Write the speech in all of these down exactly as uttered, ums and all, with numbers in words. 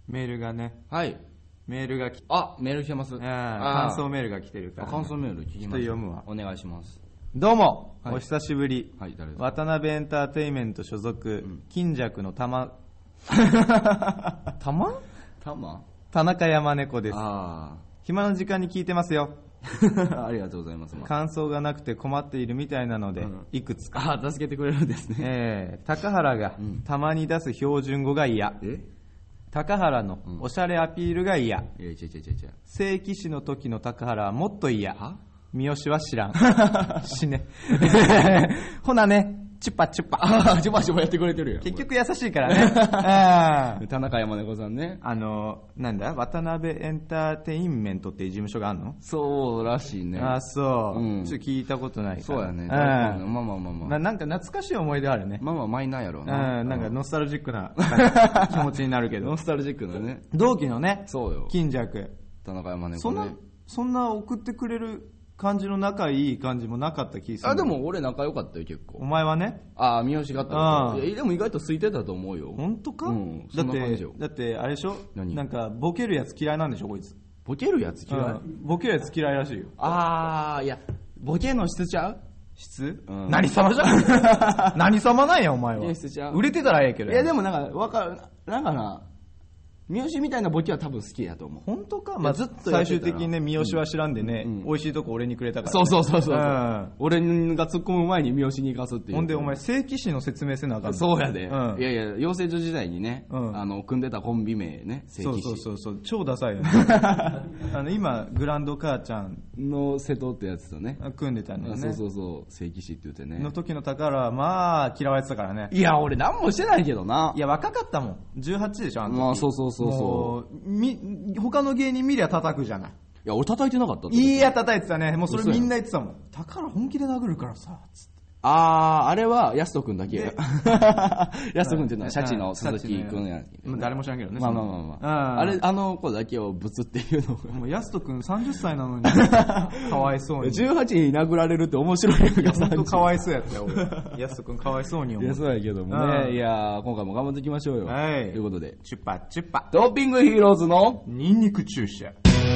メールがね、 はい。 メールが来あ、メール来てます。 感想メールが来てるから、 ね、感想メール聞きます。 ちょっと読むわ。 お願いします。 どうも、はい、お久しぶり。 はい、誰ですか？ 渡辺エンターテイメント所属、うん、金尺の玉玉玉田中山猫です。 あ暇の時間に聞いてますよ。 ありがとうございます。 感想がなくて困っているみたいなので、うん、いくつか。 あ、助けてくれるんですね。 えー、高原がたまに出す標準語が嫌。 え高原のおしゃれアピールが嫌。 いや、違う違う違う違う。 正規士の時の高原はもっと嫌。 は三好は知らん。死ね。ほなね。チュッパチュッパ。 ああ、チュッパチュッパやってくれてるよ。 結局優しいからね。 田中山猫さんね。 あの、なんだ渡辺エンターテインメントっていう事務所があるの？ そうらしいね。 あ、そう。 うん、 ちょっと聞いたことないから。 そうやね。まあまあまあまあ。 なんか懐かしい思い出あるね。 まあまあマイナーやろうな。 うん、なんかノスタルジックな気持ちになるけど。 ノスタルジックなね。 同期のね。 そうよ。 金尺。 田中山猫ね。 そんな、そんな送ってくれる感じの仲いい感じもなかった気する。 あ、でも俺仲良かったよ結構。 お前はね。 ああ、三好があった。いや、でも意外と空いてたと思うよ。 本当か？ うん。 だってだってあれでしょ？ 何？ なんかボケるやつ嫌いなんでしょこいつ。 ボケるやつ嫌い？うん、 ボケるやつ嫌いらしいよ。 ああ、いやボケの質ちゃう？ 質？ うん、 何様じゃん。何様なんやお前は。 質ちゃう？ 売れてたらええけど。 いやでもなんかわかる。なんかな。三好みたいなボケは多分好きやと思う。 本当か？まあ、ずっと最終的にね、三好は知らんでね、うん、美味しいとこ俺にくれたから、ね。 そうそうそうそう。うん、俺が突っ込む前に三好に行かすっていう。 ほんでお前、正規士の説明せなあかんの。 そうやで。 うん、 いやいや、養成所時代にね、うん、あの、組んでたコンビ名ね、正規士。 そうそうそう、超ダサいよね。あの、今、グランド母ちゃんの瀬戸ってやつとね。 組んでたんだよね。 そうそうそう、正規士って言ってね。 の時の宝は、まあ、嫌われてたからね。 いや、俺何もしてないけどな。 いや、若かったもん。じゅうはちでしょ、あの時。 まあ、そうそうそうそう。 み他の芸人見りゃ叩くじゃない。いや俺叩いてなかったって。 いや叩いてたね。もうそれみんな言ってたもん。宝本気で殴るからさつって。 あー、あれはやすとくんだけ。やすとくんっていうのはシャチの鈴木くんや、ね。 誰も知らんけどね。 まあまあまあまあ。あれ、あの子だけをぶつっていうのが。 もうやすとくんさんじゅっさいなのに。かわいそうに。 じゅうはちに殴られるって面白いやんか。ほんとかわいそうやったよ、俺。やすとくんかわいそうに思う。 いや、そうやけどもね。いや、今回も頑張っていきましょうよ。 はい。 ということで。 チュッパチュッパ。 ドーピングヒーローズのニンニク注射。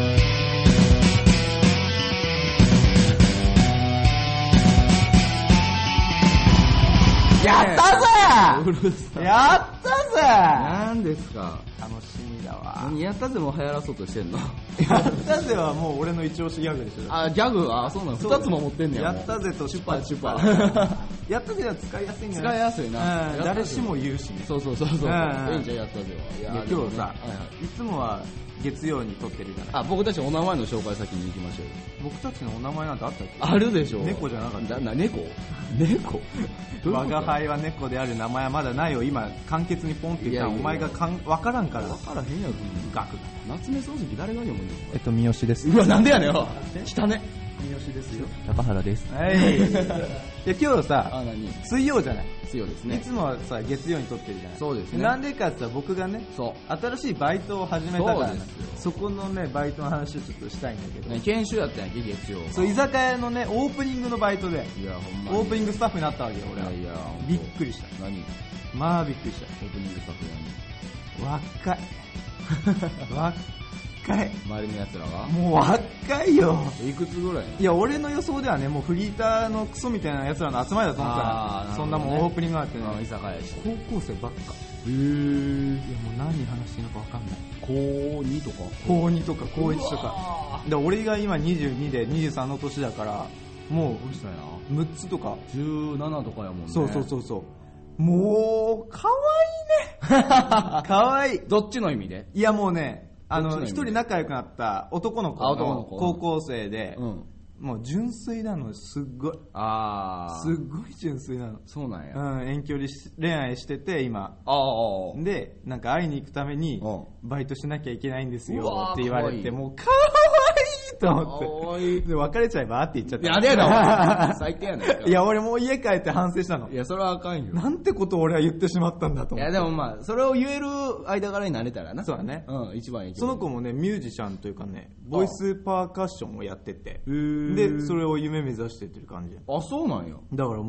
やったぜやったぜ何ですか楽しみだわ。 何やったぜも流行らそうとしてんの？ やったぜはもう俺の一押しギャグでしょ。 あ、ギャグはそうなの？二つも持ってんねや。 やったぜとシュッパーシュッパー。やったぜは使いやすいんじゃない？ 使いやすいな。 誰しも言うしね。 そうそうそうそう。いいんじゃやったぜは。 いや今日さ、いつもは月曜に撮ってるじゃない。 あ、僕たちお名前の紹介先に行きましょうよ。 僕たちのお名前なんてあったっけ？ あるでしょ。 猫じゃなかった。 な、猫？猫？ 我が輩は猫である名前はまだないよ。今簡潔にポンって言ったらお前がかん分からんから。 分からへんやろ。 ガク。 夏目漱石誰が読むの？ えっと三好です。 うわ、なんでやねんよ。来ね。 三好ですよ。 高原です。 はい。いや今日さ、 あ、何？ 水曜じゃない。 水曜ですね。 いつもはさ月曜に撮ってるじゃない。 そうですね。 なんでかって言ったら僕がね、 そう新しいバイトを始めたから、 そうですよ。 そこのねバイトの話をちょっとしたいんだけど。 ね、研修やったんやっけ月曜。 そう居酒屋のねオープニングのバイトで。 いやほんまに。 オープニングスタッフになったわけよ俺は。 いやびっくりした。 何？ まあびっくりした。 オープニングスタッフやん。若い。若い。 周りの奴らはもう若いよ。 いくつぐらい？ いや俺の予想ではねもうフリーターのクソみたいな奴らの集まりだと思ったら、ね、そんなもんオープニングがあってね居酒屋やし高校生ばっか。 へー。 いやもう何話していいのか分かんない。 高にとか高にとか高いちとかで俺が今にじゅうにでにじゅうさんの年だからもうむっつとかじゅうななとかやもんね。 そうそうそうそうもうかわいいねかわいい。 どっちの意味で？ いやもうねあの一人仲良くなった男の子の高校生で、 うん、 もう純粋なのすっごい。 あすっごい純粋なの。 そうなんや。 うん、遠距離恋愛してて今。 ああ。 でなんか会いに行くためにバイトしなきゃいけないんですよって言われて、もうかわいいと思って。で別れちゃえばって言っちゃった。 いやでだ。最低やねん。 いや俺もう家帰って反省したの。 いやそれはあかんよ。 なんてことを俺は言ってしまったんだと思って。 いやでもまあそれを言える間柄になれたらな。 そうだね。 うん一番いい。 その子もねミュージシャンというかねボイスパーカッションをやってて、でそれを夢目指してってる感じ。 あそうなんや。 だからもう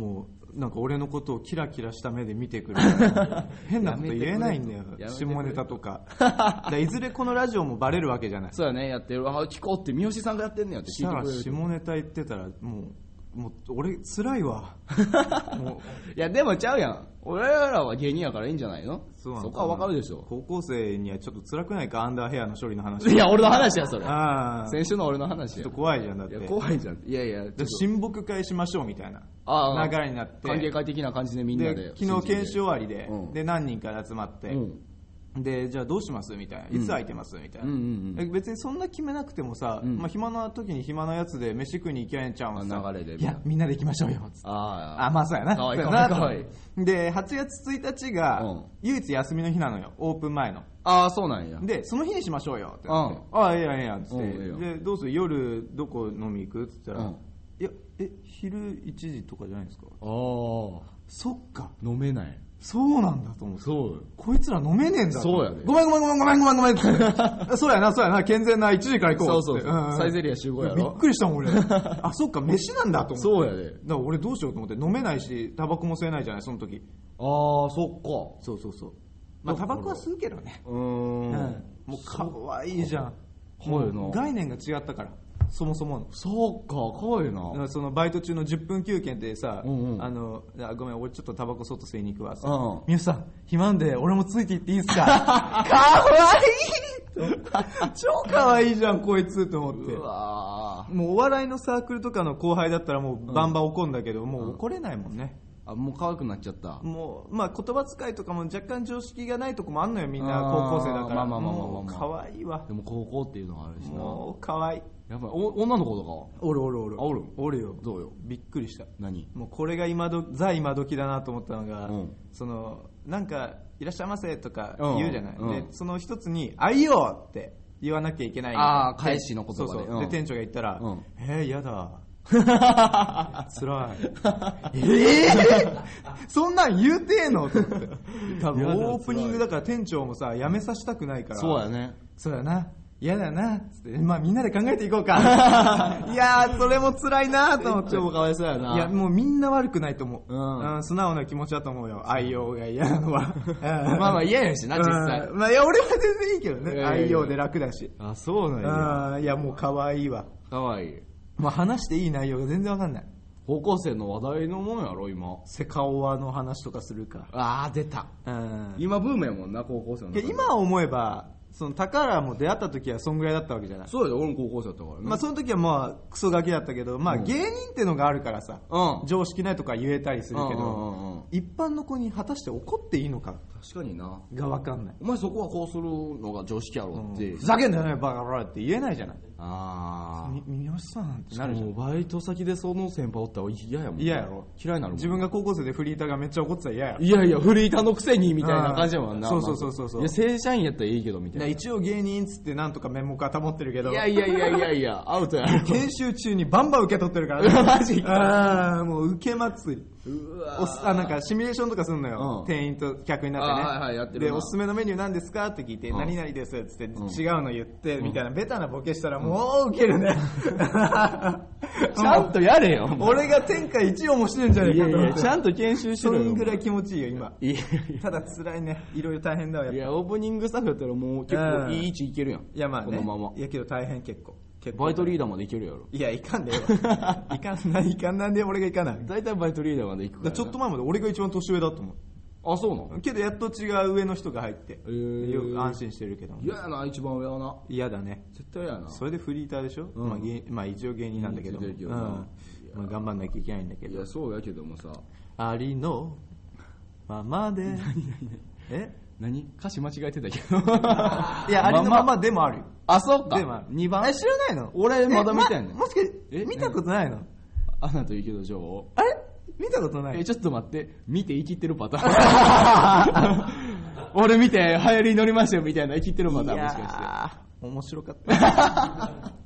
なんか俺のことをキラキラした目で見てくる変なこと言えないんだよ下ネタとかだいずれこのラジオもバレるわけじゃない。 そうやね、やってる。あ、聞こうって三好さんがやってんねやって聞いてくれる。 下ネタ言ってたらもうもう俺辛いわもういやでもちゃうやん、俺らは芸人やからいいんじゃないの。 そ, そこはわかるでしょ。 高校生にはちょっと辛くないか、アンダーヘアの処理の話。 いや俺の話やそれ。 あ先週の俺の話や。 ちょっと怖いじゃん。だっていや怖いじゃん。いやいや親睦会しましょうみたいな流れになって、 歓迎会的な感じでみんなで、 で昨日研修終わりで、うん、で何人か集まって、うんでじゃあどうしますみたいな、いつ空いてますみたいな、うんうんうん、別にそんな決めなくてもさ、うんまあ、暇な時に暇なやつで飯食いに行きゃえんちゃうんさ、流れでいやみんなで行きましょうよつって、ああまあそうやな、かわいいかわいい。ではちがつついたちが、うん、唯一休みの日なのよ、オープン前の。 ああそうなんや。でその日にしましょうよってなって、うん、ああええやんええやんっつって、うん、でどうする夜どこ飲み行くっつったら、うん、いやえ昼いちじとかじゃないですか。ああそっか飲めない。そうなんだと思って。そうこいつら飲めねえんだ。そうやで。ごめんごめんごめんごめんごめんごめんそうやなそうやな、健全ないちじから行こうって。そうそうそう、うん、サイゼリア集合やろ。びっくりしたもん俺あそっか飯なんだと思って。そうやで。だから俺どうしようと思って、飲めないしタバコも吸えないじゃないその時。ああそっか。そうそうそう。まあタバコは吸うけどね。うーん、うん、もうかわいいじゃん。もう概念が違ったからそもそもの。そうか、かわいいな。そのバイト中のじゅっぷん休憩でさ、うんうん、あのあごめん俺ちょっとタバコ外吸いに行くわさ、うん、みゆさん暇んで俺もついていっていいっすかかわいい超かわいいじゃんこいつと思って。うわもうお笑いのサークルとかの後輩だったらもうバンバン怒るんだけど、うん、もう怒れないもんね。あもう可愛くなっちゃった。もうまあ言葉遣いとかも若干常識がないとこもあんのよ、みんな高校生だから。まあまあまあまあまあ、まあ、可愛いわ。でも高校っていうのがあるしな。もう可愛い。やっぱり女の子とかおるおるおる。あおるおるよ。どうよ。びっくりした。何？もうこれが今どザ今時だなと思ったのが、うん、そのなんかいらっしゃいませとか言うじゃない。うんうん、でその一つにあいよって言わなきゃいけない。ああ返しの言葉で。そうそう。で店長が言ったら、うん、えーやだ。つらいえー、そんなん言うてえのと思って多分オープニングだから店長もさやめさせたくないから。そうやね。そうやな嫌だなつって、まあみんなで考えていこうかいやーそれも辛いなと思って。店長もかわいそうやな。いやもうみんな悪くないと思う、うんうん、素直な気持ちだと思うよ。愛用が嫌なのはまあまあ嫌やしな実際、うん、まあいや俺は全然いいけどね、愛用で楽だし。あそうなんや。いやもう可愛いわ。可愛い。まあ、話していい内容が全然わかんない。高校生の話題のものやろ今。セカオワの話とかするか。ああ出た、うん、今ブームやもんな高校生の。今思えばその宝原も出会った時はそんぐらいだったわけじゃない。そうやで俺も高校生だったからね。まあその時はまあクソガキだったけど、まあ芸人ってのがあるからさ、うん、常識ないとか言えたりするけど、うんうんうんうん、一般の子に果たして怒っていいのか確かになが分かんない。お前そこはこうするのが常識やろって、うん、ふざけんなよねバカバカって言えないじゃない。ああ三好さんってなるじゃん。バイト先でその先輩おったら嫌やもん。嫌やろ。嫌いになるもん。自分が高校生でフリーターがめっちゃ怒ってたら嫌や。いやいやフリーターのくせにみたいな感じやもんな。そうそうそうそうそう。いや正社員やったらいいけどみたいな。一応芸人つってなんとか面目は保ってるけど。いやいやいやいやいやアウトやろ。研修中にバンバン受け取ってるからね。マジか。ああもう受け祭り。うわおあなんかシミュレーションとかするのよ、うん、店員と客になってね。はいはいやってる。でおすすめのメニュー何ですかって聞いて、うん、何々ですっつって、うん、違うの言って、うん、みたいなベタなボケしたらもうウケるね。ちゃんとやれよ。俺が天下一応もしてるんじゃないかと思って。いやいやちゃんと研修してるよ。そんぐらい気持ちいいよ今。いやいやただ辛いね。いろいろ大変だわやっぱ。いやオープニングスタッフやったらもう結構いい位置いけるやん。いやまあね。このまま。いやけど大変結構。バイトリーダーまでいけるやろ。いやいかんでよ。いかんないかんなんで俺がいかない。大体バイトリーダーまで行くから、ね。ちょっと前まで俺が一番年上だと思う。あそうなの。けどやっと違う上の人が入って、えー、安心してるけど。嫌やな一番上はな。嫌だね。絶対嫌やな。それでフリーターでしょ。うん、まあ芸まあ一応芸人なんだけど。うん。まあ頑張んなきゃいけないんだけど。いやそうやけどもさ。ありのままで。何何何え？何歌詞間違えてたけど。いやありのままでもあるよ。あそうか。でもにばん。え知らないの？俺まだ見たんねん。もしかして見たことないの？アナと雪の女王。あれ？見たことない。えちょっと待って見て生きてるパターン。俺見て流行りに乗りましたよみたいな生きてるパターンもしかして。面白かった。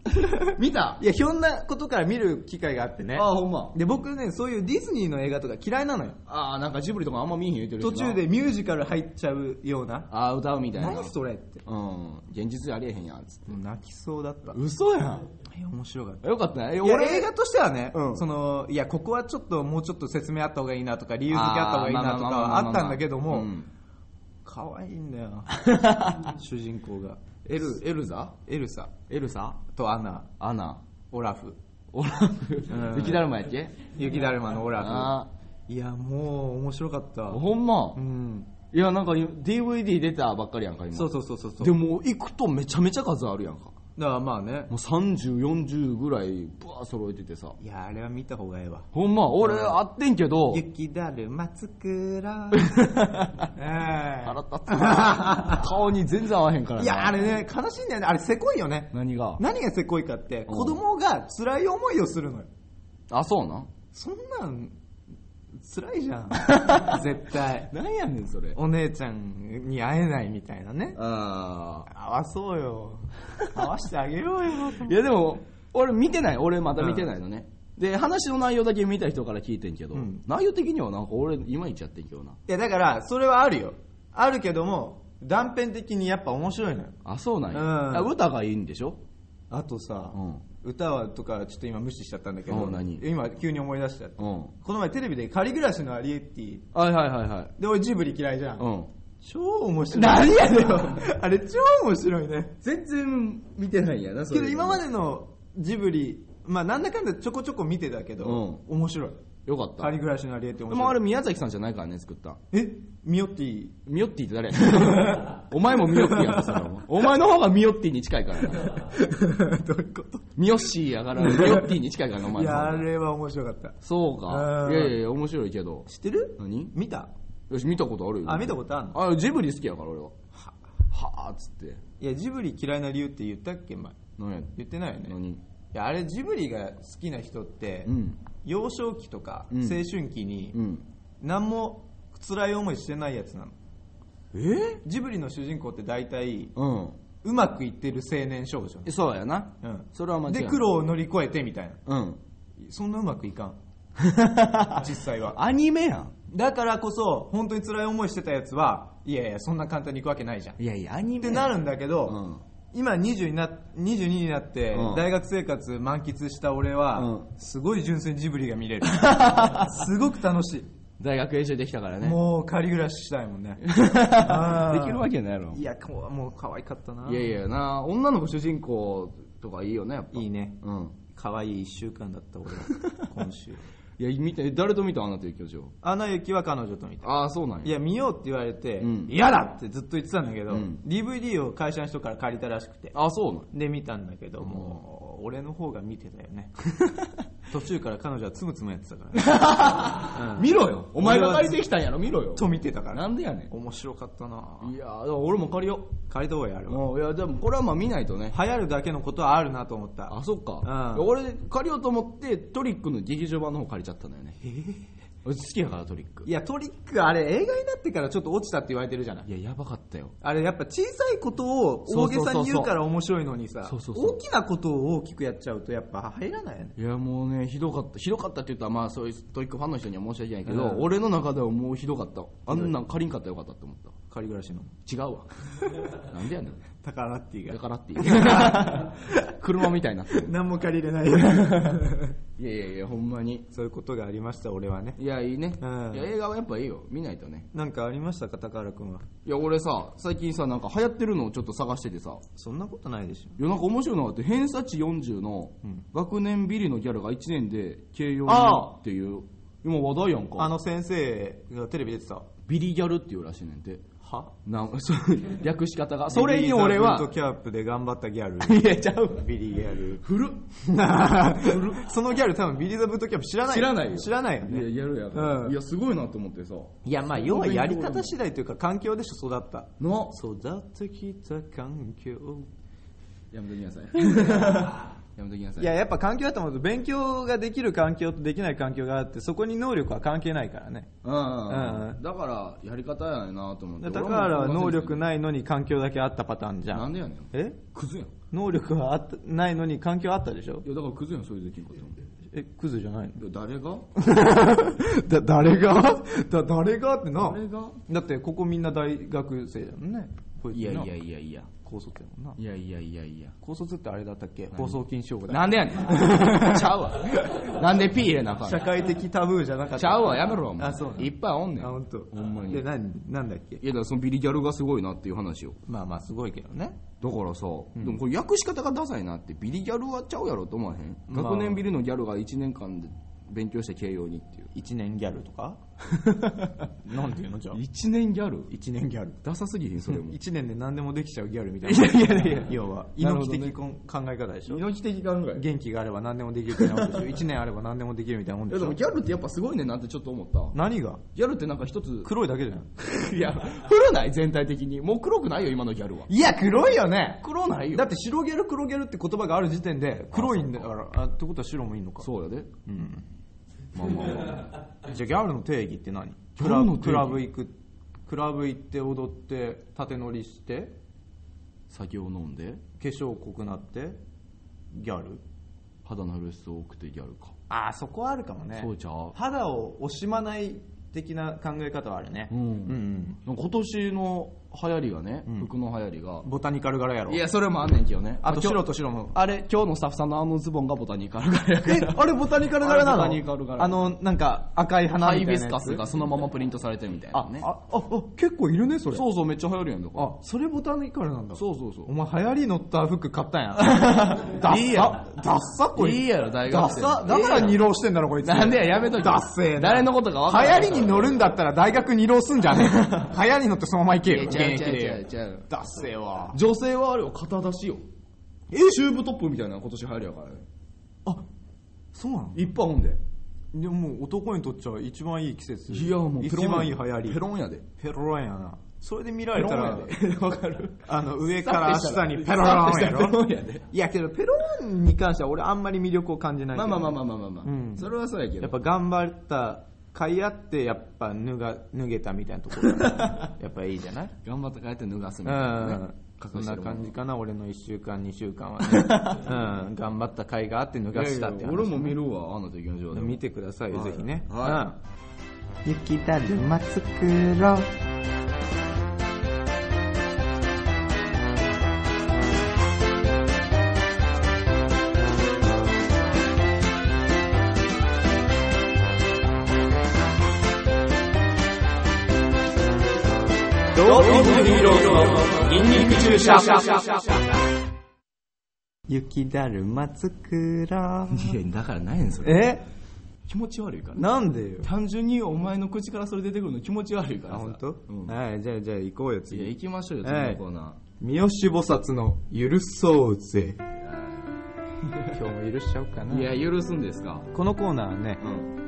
見た？ いや、ひょんなことから見る機会があってね。 ああ、ほんま。 で、僕ね、そういうディズニーの映画とか嫌いなのよ。 ああ、なんかジブリとかあんま見えへん言うてるしな。 途中でミュージカル入っちゃうような。 ああ、歌うみたいな。 何それって。 うん。現実ありえへんやん、つって。 泣きそうだった。 嘘やん。 いや、面白かった。 よかったね。 いや、俺映画としてはね、 うん、 その、いや、ここはちょっと、もうちょっと説明あった方がいいなとか、理由付けあった方がいいなとかはあったんだけども、可愛いんだよ。主人公が。 エル、エルザエルサ。 エルサとアナ。 アナ。 オラフ。 オラフ。雪だるまやっけ？ 雪だるまのオラフ。いや、もう面白かった。 ほんま。 うん。 いや、なんか ディーブイディー 出たばっかりやんか、今。 そうそうそうそう。 でも、行くとめちゃめちゃ数あるやんか。 だからまあね。 もうさんじゅう、よんじゅうぐらい、ブワー揃えててさ。 いや、あれは見た方がええわ。 ほんま、俺、あってんけど。 雪だるま作ろう。 腹立つ。顔に全然合わへんからね。 いや、あれね、悲しいんだよね。あれ、せこいよね。 何が何がせこいかって、子供が辛い思いをするのよ。 あ、そうな。 そんなん、辛いじゃん。絶対。 何やねん、それ。 お姉ちゃんに会えないみたいなね。 ああ。会わそうよ。会わしてあげようよ。 いや、でも、俺見てない。俺まだ見てないのね。うん、で、話の内容だけ見た人から聞いてんけど、うん、内容的にはなんか俺、いまいちやってんけどな。いや、だから、それはあるよ。あるけども、断片的にやっぱ面白いのよ。 あ、そうなんや。うん、歌がいいんでしょ？ あとさ、うん、歌はとかちょっと今無視しちゃったんだけど、 何今急に思い出しちゃった、うん、この前テレビで仮暮らしのアリエッティ、 はいはいはいはい、 で俺ジブリ嫌いじゃん、うん、超面白い。 何やねんあれ超面白いね。 全然見てないんやな。それけど今までのジブリ、まあなんだかんだちょこちょこ見てたけど、うん、面白い。 よかった。 仮暮らしのアリエッティ面白い。 でもあれ宮崎さんじゃないからね、作った。 えミオッティ。 ミオッティって誰お前もミオッティやん、それは。お前の方がミオッティに近いからな。 どういうこと？ ミオッシーやからミオッティに近いからな、お前の方が。 いや、あれは面白かった。 そうか。いやいやいや、面白いけど。 知ってる？ 何？ 見た？ よし、見たことあるよ。 あ、見たことあるの？ あ、ジブリ好きやから俺は。は、はぁっつって。 いや、ジブリ嫌いな理由って言ったっけ前。 何や？ 言ってないよね。 何？ いや、あれジブリが好きな人って、うん、幼少期とか青春期に、うん、何も辛い思いしてないやつなの。 え？ ジブリの主人公って大体、うん、うまくいってる青年少女。 そうやな。うん。それは間違いない。 で、苦労を乗り越えてみたいな。うん。そんなうまくいかん。実際は。 アニメやん。 だからこそ、本当に辛い思いしてたやつは、いやいや、そんな簡単にいくわけないじゃん。 いやいや、アニメってなるんだけど、うん、今にじゅうにな、にじゅうにになって大学生活満喫した俺はすごい純粋にジブリが見れる。すごく楽しい。 大学演習できたからね。 もう仮暮らししたいもんね。できるわけないやろ。 いや、もう可愛かったな。 いやいやな、女の子主人公とかいいよね、やっぱ。 いいね。うん。可愛い一週間だった俺は今週。 いや、見て、誰と見たアナと雪の女王。 アナ雪は彼女と見た。 ああ、そうなんや。 いや、見ようって言われて、うん、嫌だってずっと言ってたんだけど、うん、ディーブイディー を会社の人から借りたらしくて。 ああ、そうなんや。 で、見たんだけど、もう、俺の方が見てたよね。途中から彼女はつむつむやってたからね。うん、見ろよ。お前が借りてきたんやろ、見ろよ。 と見てたから。 なんでやねん。 面白かったな。 いやー、俺も借りよう。 借りた方がやるわ。 いや、でもこれはまあ見ないとね。 流行るだけのことはあるなと思った。 あ、そっか。うん、俺、借りようと思って、トリックの劇場版の方借りちゃったんだよね。えー俺好きやからトリック。 いや、トリックあれ映画になってからちょっと落ちたって言われてるじゃない。 いや、やばかったよ。 あれやっぱ小さいことを大げさに言うから面白いのにさ、大きなことを大きくやっちゃうとやっぱ入らないよね。 いや、もうね、ひどかった。ひどかったって言ったらまあそういうトリックファンの人には申し訳ないけど、うん、俺の中ではもうひどかった。あんなん借りんかったらよかったって思った。 仮暮らしの。 違うわ。なんでやねん。 タカラッティが。 タカラッティ。車みたいになってる。 何も借りれないよ。 いやいやいや、ほんまに。 そういうことがありました、俺はね。 いや、いいね。うん、いや、映画はやっぱいいよ。見ないとね。 なんかありましたか、高原くんは。 いや、俺さ、最近さ、なんか流行ってるのをちょっと探しててさ。 そんなことないでしょ。 いや、なんか面白いのがあって、偏差値よんじゅうの学年ビリのギャルがいちねんで軽用にっていう、今話題やんか。 あの先生がテレビ出てた。 ビリギャルっていうらしいねんて。 はなんそう略し方が。それに俺は。 ビリーザブートキャップで頑張ったギャル。 いや、ちゃう。 ビリーギャル。 古っ。 古っ。そのギャル多分ビリーザブートキャップ知らない。 知らないよ。 知らないよね。 いや、ギャルやから。うん、いや、すごいなと思ってさ。 いや、まあ、要はやり方次第というか環境でしょ、育った。 の。 育ってきた環境。 やめてください。 やめときなさい。 いや、やっぱ環境だと思うと、勉強ができる環境とできない環境があって、そこに能力は関係ないからね。 うんうんうん。だから、やり方やなと思って。 だからは能力ないのに環境だけあったパターンじゃん。 なんでやねん。 えクズやん。 能力はあったないのに環境あったでしょ。 いや、だからクズやん、そういう出来事。 え、クズじゃないの？ 誰がだ、誰がだ、誰がってな。 誰がだって、ここみんな大学生だもんね。 いやいやいやいや。 高卒やもんな。 いやいやいやいや。 高卒ってあれだったっけ？放送禁止用語だ。 なんでやねん。ちゃうわ。なんで P 入れなあかん。 社会的タブーじゃなかった。 ちゃうわ、やめろ、お前。 あ、そう。 いっぱいおんねん。 あ、ほんと。 ほんまに。 で、なん、なんだっけ？ いや、だからそのビリギャルがすごいなっていう話を。 まあまあ、すごいけどね。 だからさ、うん、でもこれ訳し方がダサいなって、ビリギャルはちゃうやろと思わへん、まあ、学年ビリのギャルがいちねんかんで勉強して慶応にっていう。 いちねんギャルとかなんていうのじゃあ。 いちねんギャル ? いち 年ギャル。 ダサすぎひん、それも。 いちねんで何でもできちゃうギャルみたいな。いやいやいや、要は、猪木的考え方でしょ。 猪木的考え。 元気があれば何でもできるみたいなもんでしょ。いちねんあれば何でもできるみたいなもんでしょ。 でもギャルってやっぱすごいねんなってちょっと思った。 何が？ ギャルってなんか一つ。 黒いだけじゃん。 いや、古ない全体的に。もう黒くないよ、今のギャルは。 いや、黒いよね。 黒ないよ。 だって白ギャル黒ギャルって言葉がある時点で黒いんだから、あ、ってことは白もいいのか。 そうやで。 うん。まあまあまあ。じゃあギャルの定義って何？クラブ、クラブ行く、クラブ行って踊って縦乗りして酒を飲んで化粧濃くなってギャル、 肌の露出多くてギャルか。 ああ、そこはあるかもね。 そうちゃう。 肌を惜しまない的な考え方はあるね。うん、 うんうん、今年の流行りがね、うん、服の流行りがボタニカル柄やろ。 いや、それもあんねんけどね。 あと白と白も。 あれ、今日のスタッフさんのあのズボンがボタニカル柄やから。 え、あれボタニカル柄なの？ ボタニカル柄。 あの、なんか赤い花みたいなやつ。 ハイビスカスがそのままプリントされてるみたいなね。 あ、あ、あ、あ、結構いるね、それ。 そうそう、めっちゃ流行るやんだから。 あ、それボタニカルなんだ。 そうそうそう。 お前流行り乗った服買ったんや。ダッサ。 いいやダッサこい。 いいやろ、大学生。 ダッサ。だから二浪してんだろ、こいつ。 なんでや、やめとけ。 ダッセーな。 誰のことか分からない。流行りに乗るんだったら大学二浪すんじゃねえ。流行りに乗ってそのまま行けよ。 現役で。 ダッセーは。 女性はあれよ、肩出しよ。え、チューブトップみたいな今年流行りやからね。 あ、そうなの？ いっぱいほんで。 でももう男にとっちゃ一番いい季節。 いや、もう一番いい流行り。 ペロンやで。 ペロンやな。それで見られたら、 わかる？ あの、上から下にペロロンやろ。 ペロンやで。 いやけど、ペロンに関しては俺あんまり魅力を感じない。 まあまあまあまあまあまあまあ。うん、それはそうやけど。 やっぱ頑張った甲斐あってやっぱ脱が脱げたみたいなところがやっぱいいじゃない？ 頑張った甲斐あって脱がすみたいなね。うん、 そんな感じかな、俺のいっしゅうかんにしゅうかんはね。うん、頑張った甲斐があって脱がしたって話、ね。 俺も見るわ、あの時の状態。 見てくださいよ、はい、ぜひね。 はい。 うん、雪だるま作ろう。 ドーピングヒーローズのニンニク注射。 雪だるま作ろう。 いや、だから何やねんそれ。 え？ 気持ち悪いから。 なんでよ。 単純にお前の口からそれ出てくるの気持ち悪いからさ。 あ、本当？ うん。 はい、じゃあじゃあ行こうよ次。 いや、行きましょうよ次のコーナー。 三好菩薩の許そうぜ。今日も許しちゃおうかな。 いや、許すんですか。 このコーナーはね、うん、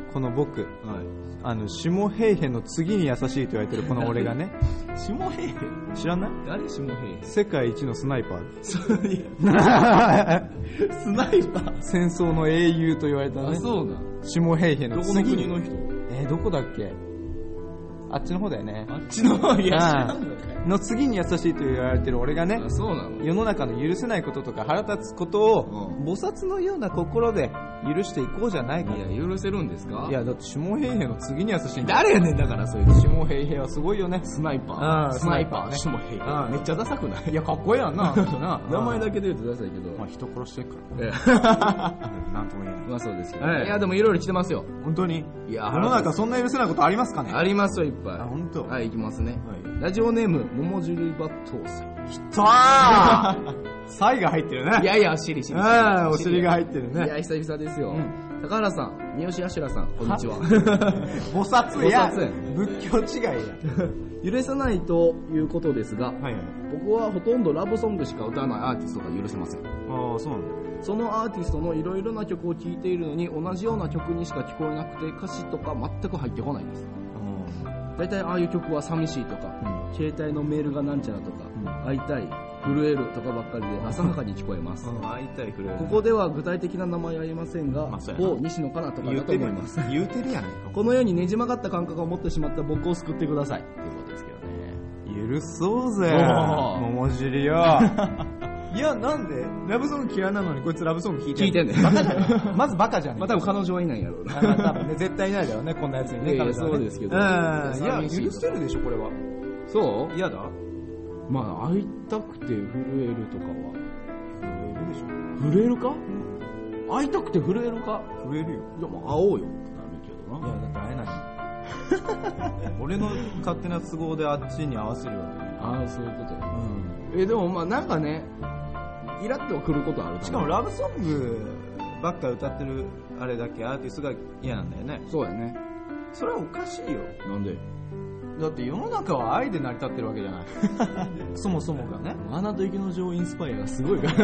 この僕、はい、あの下平平の次に優しいと言われてるこの俺がね。 下平平知らない？ 誰下平平？ 世界一のスナイパー。 そういやスナイパー戦争の英雄と言われたね。 あ、そうだ。 下平平の次に。 どこの国の人？ えー、どこだっけ？あっちの方だよね。 あっちの方、いや、知らんのかい。 の次に優しいと言われてる俺がね、 あ、そうなの？ 世の中の許せないこととか腹立つことを、うん、菩薩のような心で許していこうじゃないか。 いや、許せるんですか？ いや、だって下平平の次に優しいんだ。 誰やねんだから、そいつ。 下平平はすごいよね。 スナイパー。 スナイパーね。 下平平。めっちゃダサくない？ いや、かっこいいやんな。 名前だけで言うとダサいけど。 まあ、人殺してるからね。なんとも言えない。 まあそうですけど。いや、でもいろいろ来てますよ。 本当に？ いや、 世の中そんな許せないことありますかね？ ありますよ、いっぱい。 あ、本当？ はい、いきますね。ラジオネーム、桃尻バットさん。 きたーサイが入ってるね。 いやいや、お尻、尻。 ああ、お尻が入ってるね。 いや、久々ですよ。高原さん、三好あしらさん、こんにちは。 菩薩や。仏教違いや。 許さないということですが、 はいはい、 僕はほとんどラブソングしか歌わないアーティストが許せません。 ああ、そうなんだ。 そのアーティストのいろいろな曲を聴いているのに、同じような曲にしか聞こえなくて、歌詞とか全く入ってこないです。大体ああいう曲は寂しいとか、うん、携帯のメールがなんちゃらとか、うん、会いたい、 震えるとかばっかりで浅はかに聞こえます。 会いたい震える。 ここでは具体的な名前は言えませんが、 まあ某西野カナとかだと思います。 言うてるやん。 このようにねじ曲がった感覚を持ってしまった僕を救ってくださいということですけどね。 許そうぜ、桃尻よ。いや、なんでラブソング嫌いなのにこいつラブソング聴いて聞いてんねん。 バカじゃん。まずバカじゃん。 まあ多分彼女はいないやろうな。 多分ね、絶対いないだろうね、こんなやつにね。 いやいや、そうですけど。 うん。いや、許せるでしょ、これは。 そう？ 嫌だ？ まあ、会いたくて震えるとかは。 震えるでしょ。 震えるか？会いたくて震えるか？ 震えるよ。 いや、もう会おうよってなるけどな。 いや、だって会えない。俺の勝手な都合であっちに合わせるわけね。 ああ、そういうことね。うん。え、でもまあなんかね、イラッとくることある。 しかもラブソングばっか歌ってるあれだけアーティストが嫌なんだよね。 そうやね。 それはおかしいよ。 なんで？ だって世の中は愛で成り立ってるわけじゃない。そもそもがね。 アナと雪の女王インスパイアがすごいから。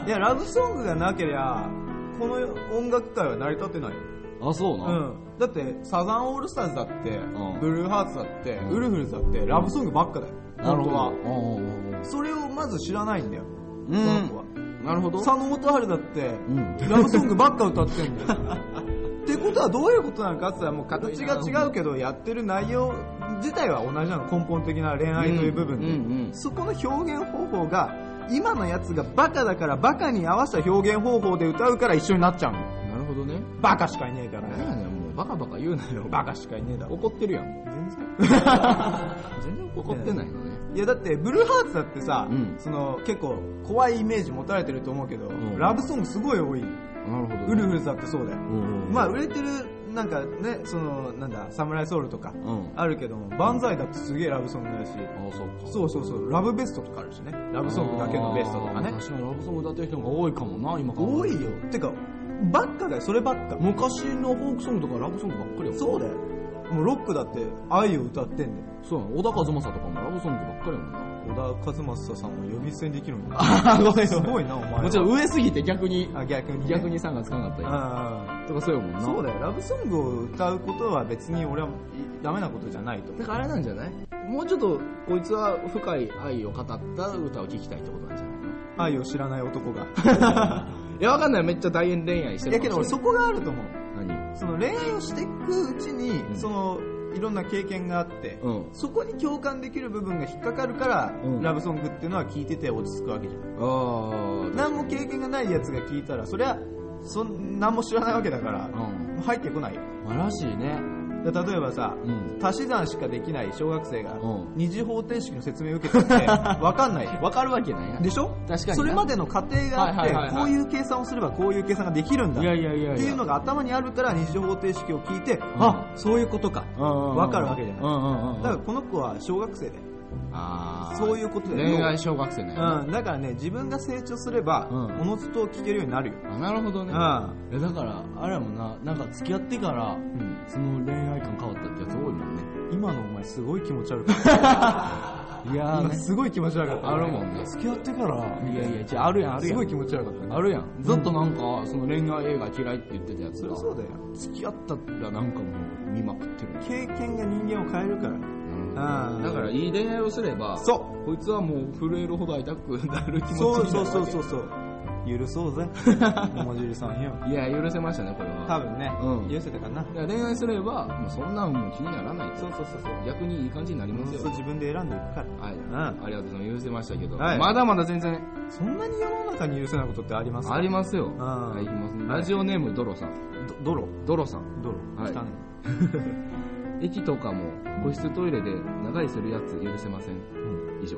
いや、ラブソングがなけりゃこの音楽界は成り立ってないよ。 あ、そうな。 うん。だってサザンオールスターズだって、 うん、 ブルーハーツだって、うん、ウルフルズだって、ラブソングばっかだよ。 なるほど。 それをまず知らないんだよ。 うん。はなるほど。 佐野元春だって、うん、ラブソングばっか歌ってんだよ。ってことはどういうことなのかって言ったら、もう形が違うけどやってる内容自体は同じなの。根本的な恋愛という部分で、うんうんうん、そこの表現方法が今のやつがバカだからバカに合わせた表現方法で歌うから一緒になっちゃうの。 なるほどね。 バカしかいねえからね。 何やねん、もうバカバカ言うなよ。 バカしかいねえだろ。 怒ってるやん。全然全然怒ってないのね。 いやだってブルーハーツだってさ、うん、その結構怖いイメージ持たれてると思うけど、うん、ラブソングすごい多い。 なるほど、ね。 ウルフルズだってそうだよ。 うんうんうん、 まあ売れてるなんかね、そのなんだサムライソウルとかあるけども、うん、バンザイだってすげえラブソングだし、 あ、そうか。 そうそうそう、ラブベストとかあるしね。ラブソングだけのベストとかね。 確かにラブソング歌ってる人が多いかもな、今から。 多いよ。てかばっかだよ、そればっか。 昔のフォークソングとかラブソングばっかりよ。 そうだよ。もうロックだって愛を歌ってんだよ。 そうなの。小田和正とかもラブソングばっかりやもんな。 小田和正さんも呼び捨てにできるんだ。 あ、ごめん。 すごいな、お前。 もちろん上すぎて逆に、 あ、逆に、ね、 逆にさんがつかなかったよ。とかそういうもんな。 そうだよ。ラブソングを歌うことは別に俺はダメなことじゃないと。 だからあれなんじゃない？もうちょっとこいつは深い愛を語った歌を聴きたいってことなんじゃないの？ 愛を知らない男が。 いや、わかんない。めっちゃ大恋愛してる。 いやけど俺そこがあると思う。 何？ その恋愛をしていくうちに、うん、そのいろんな経験があって、うん、そこに共感できる部分が引っかかるから、うん、ラブソングっていうのは聴いてて落ち着くわけじゃん。 あ、 何も経験がないやつが聴いたらそりゃそん何も知らないわけだから、うん、入ってこないよ。 らしいね。 例えばさ、うん、足し算しかできない小学生が二次方程式の説明を受けてて分かんない分かるわけないでしょ。 確かにそれまでの過程があって、はいはいはいはい、こういう計算をすればこういう計算ができるんだっていうのが頭にあるから二次方程式を聞いて、うん、あ、そういうことか分かるわけじゃない。だからこの子は小学生で、 あ、 そういうことで恋愛小学生ね、 うん、だからね、自分が成長すれば、うん、おのずと聞けるようになるよ。 あ、なるほどね、うん、だからあれやもんな、なんか付き合ってから、うん、その恋愛感変わったってやつ多いもんね。 今のお前すごい気持ち悪かったいやー、ね、すごい気持ち悪かった、ね、 あるもんね。 付き合ってからいやいや、じゃあるやんあるやん、 すごい気持ち悪かった、ね、 あるやん。ずっとなんか、うん、その恋愛映画嫌いって言ってたやつが、 そうだよ、 付き合ったらなんかもう見まくってる。 経験が人間を変えるから、 うん、だからいい恋愛をすれば、 そうこいつはもう震えるほど会いたくなる気持ちになる。 そうそうそうそうそう、許そうぜ桃尻さんよ。 いや、許せましたね、これは。 多分ね、うん、許せたかな。 いや、恋愛すればもうそんなんもう気にならない。 そうそうそうそう、 逆にいい感じになりますよ。 そう、自分で選んでいくから。 はい、うん、ありがとうございます。許せましたけど、 はい、 まだまだ全然。 そんなに世の中に許せないことってありますか？ ありますよ。はい、いきますね。ラジオネームドロさん。 ドロドロさん。 ドロ、 はい、 来たね駅とかも個室トイレで長居するやつ許せません、うん、以上。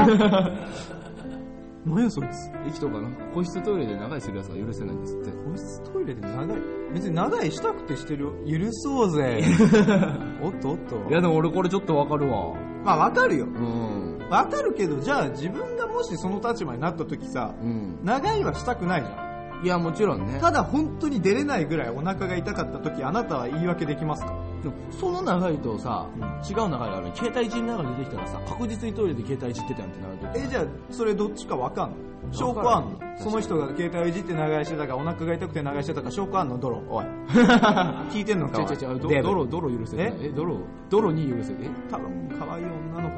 何やそいつ。 駅とかなんか個室トイレで長居するやつが許せないんですって。 個室トイレで長い、別に長居したくてしてるよ。許そうぜおっとおっと。 いやでも俺これちょっとわかるわ。 まあわかるよ、 うん、 わかるけど、じゃあ自分がもしその立場になった時さ、うん、長居はしたくないじゃん。 いや、もちろんね。 ただ本当に出れないぐらいお腹が痛かった時、あなたは言い訳できますか？ でもその長いとさ、うん、違う長いがある。携帯いじりながら出てきたらさ、確実にトイレで携帯いじってたんってなると、 え、じゃあそれどっちかわかんの？証拠あんの？その人が携帯をいじって長居してたか、お腹が痛くて長居してたか、証拠あんの？ドロ、おい聞いてんのか？ 違う違う違う、ドロドロ許せない。え、ドロドロに許せない。 多分可愛い女の子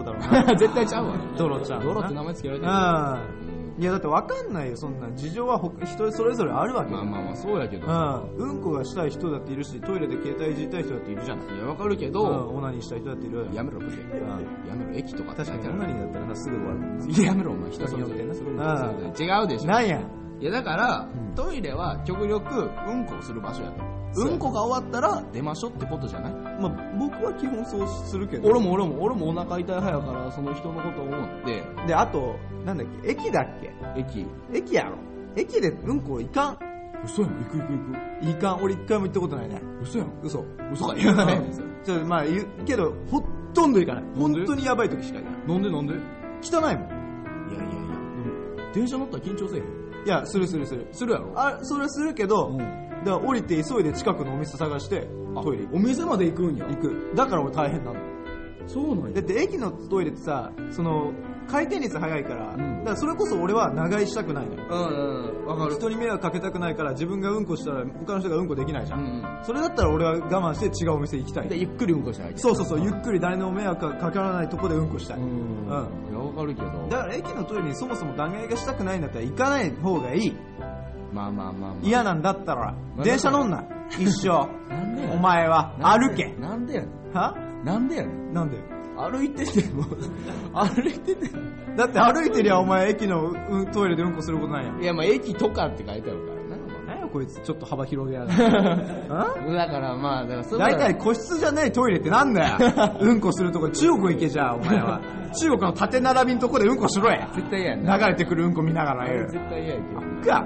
子だろうな。 絶対ちゃうわ。 ドロちゃん。 ドロって名前つけられてる。 いやだって分かんないよ、そんな事情は人それぞれあるわけ。 まあまあまあそうやけど、 うん、うんこがしたい人だっているし、トイレで携帯いじりたい人だっているじゃない。 いや分かるけど、うん、 オナニーしたい人だっている。 やめろブケ、うん、やめろ。駅とか確かにオナニーだったらすぐ終わる。 いややめろお前、人によってな。違うでしょ。 なんや。 いやだから、うん、トイレは極力うんこをする場所やと。うんこが終わったら出ましょってことじゃない？ まあ僕は基本そうするけど。 俺も俺も俺もお腹痛い派やからその人のことを思って。 であとなんだっけ、駅だっけ？ 駅。 駅やろ。駅でうんこいかん。 嘘やん。行く行く行く。 いかん。俺一回も行ったことないね。 嘘やん。 嘘。 嘘か。いやない。 ちょまあ言うけどほとんど行かない。本当にやばい時しか行かない。 なんでなんで？ 汚いもん。いやいやいや。 電車乗ったら緊張せえへん。 いやするするするするやろ。 あそれはするけど。うん、だから降りて急いで近くのお店探してトイレ行く。 お店まで行くんや。 行く。だから俺大変なの。 そうなんや。 だって駅のトイレってさ、その回転率早いから、うん、だからそれこそ俺は長居したくないのよ。 うんうん、わかる。 人に迷惑かけたくないから自分がうんこしたら他の人がうんこできないじゃん。うん、それだったら俺は我慢して違うお店行きたい。 でゆっくりうんこしたい。 そうそうそう、ゆっくり誰の迷惑かからないとこでうんこしたい。うん。うん、 いやわかるけど。 だから駅のトイレにそもそも長居がしたくないんだったら行かない方がいい。 まあまあまあまあ。 嫌なんだったら、まあ、電車乗んな。一生。 なんでや。 お前は歩け。 なんでやねん。 は？ なんでやねん。 なんで？ 歩いてても歩いてて。 だって歩いてりゃお前駅のトイレでうんこすることないやん。 いやまあ駅とかって書いてあるからな。 何やこいつちょっと幅広げやがる。だからまあだからそう。 大体個室じゃねえトイレってなんだよ。うんこするとこ中国行けじゃあお前は。中国の縦並びのとこでうんこしろや。 絶対嫌やな。 流れてくるうんこ見ながらやる。 絶対嫌やけど。 か。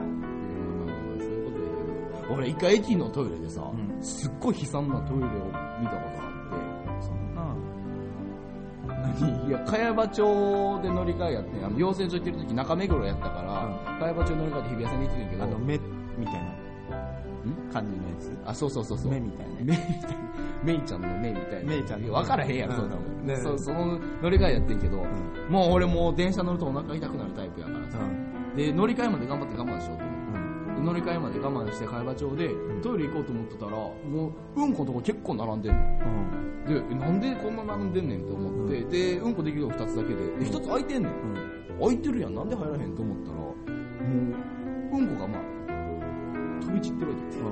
俺一回駅のトイレでさ、うん、すっごい悲惨なトイレを見たことがあって。そんな何？いや茅場町で乗り換えやって、あの養成所行ってる時中目黒やったから、うん、茅場町乗り換えて日比谷線で行ってるんけど、 あの目みたいな感じのやつ。 あ、そうそうそうそう。 目みたいな。 目みたいな。メイちゃんの目みたいな。 メイちゃんの。 分からへんやん、そんなもん。ね、そ, その乗り換えやってんけど、うん、もう俺もう電車乗るとお腹痛くなるタイプやからさ、うん、で乗り換えまで頑張って我慢しようと思って。乗り換えまで我慢して茅場町でトイレ行こうと思ってたら、もううんこのとこ結構並んでんの、うん、でなんでこんな並んでんねんと思って、うん、でうんこできるのふたつだけででひとつ空いてんねん、うん、空いてるやん、なんで入らへんと思ったら、もううんこがまあ飛び散ってるわけです、うん、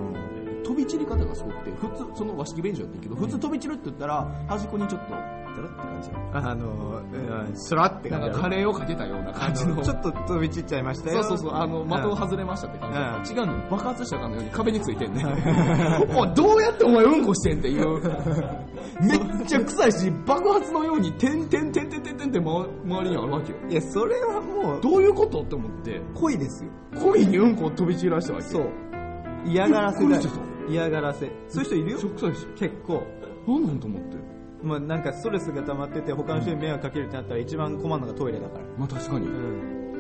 飛び散り方がすごくて、普通その和式便所やってんけど、普通飛び散るって言ったら端っこにちょっとダラって感じ、 あのー、スラって感じ、 なんかカレーをかけたような感じの、 ちょっと飛び散っちゃいましたよ、 そうそうそう、あの的を外れましたって感じ、うん、違うの、爆発したかのように壁についてんねおいどうやってお前うんこしてんっていうめっちゃ臭いし、爆発のようにてんてんてんてんてんてんって周りにあるわけよ。 いやそれはもうどういうことって思って、 恋ですよ、 恋にうんこを飛び散らしたわけ。 そう、嫌がらせだよ、嫌がらせ、そういう人いるよ、 臭いし結構、 なんなんと思って、 まあ、なんかストレスが溜まってて他の人に迷惑かけるってなったら一番困るのがトイレだから。 まあ確かに、うん、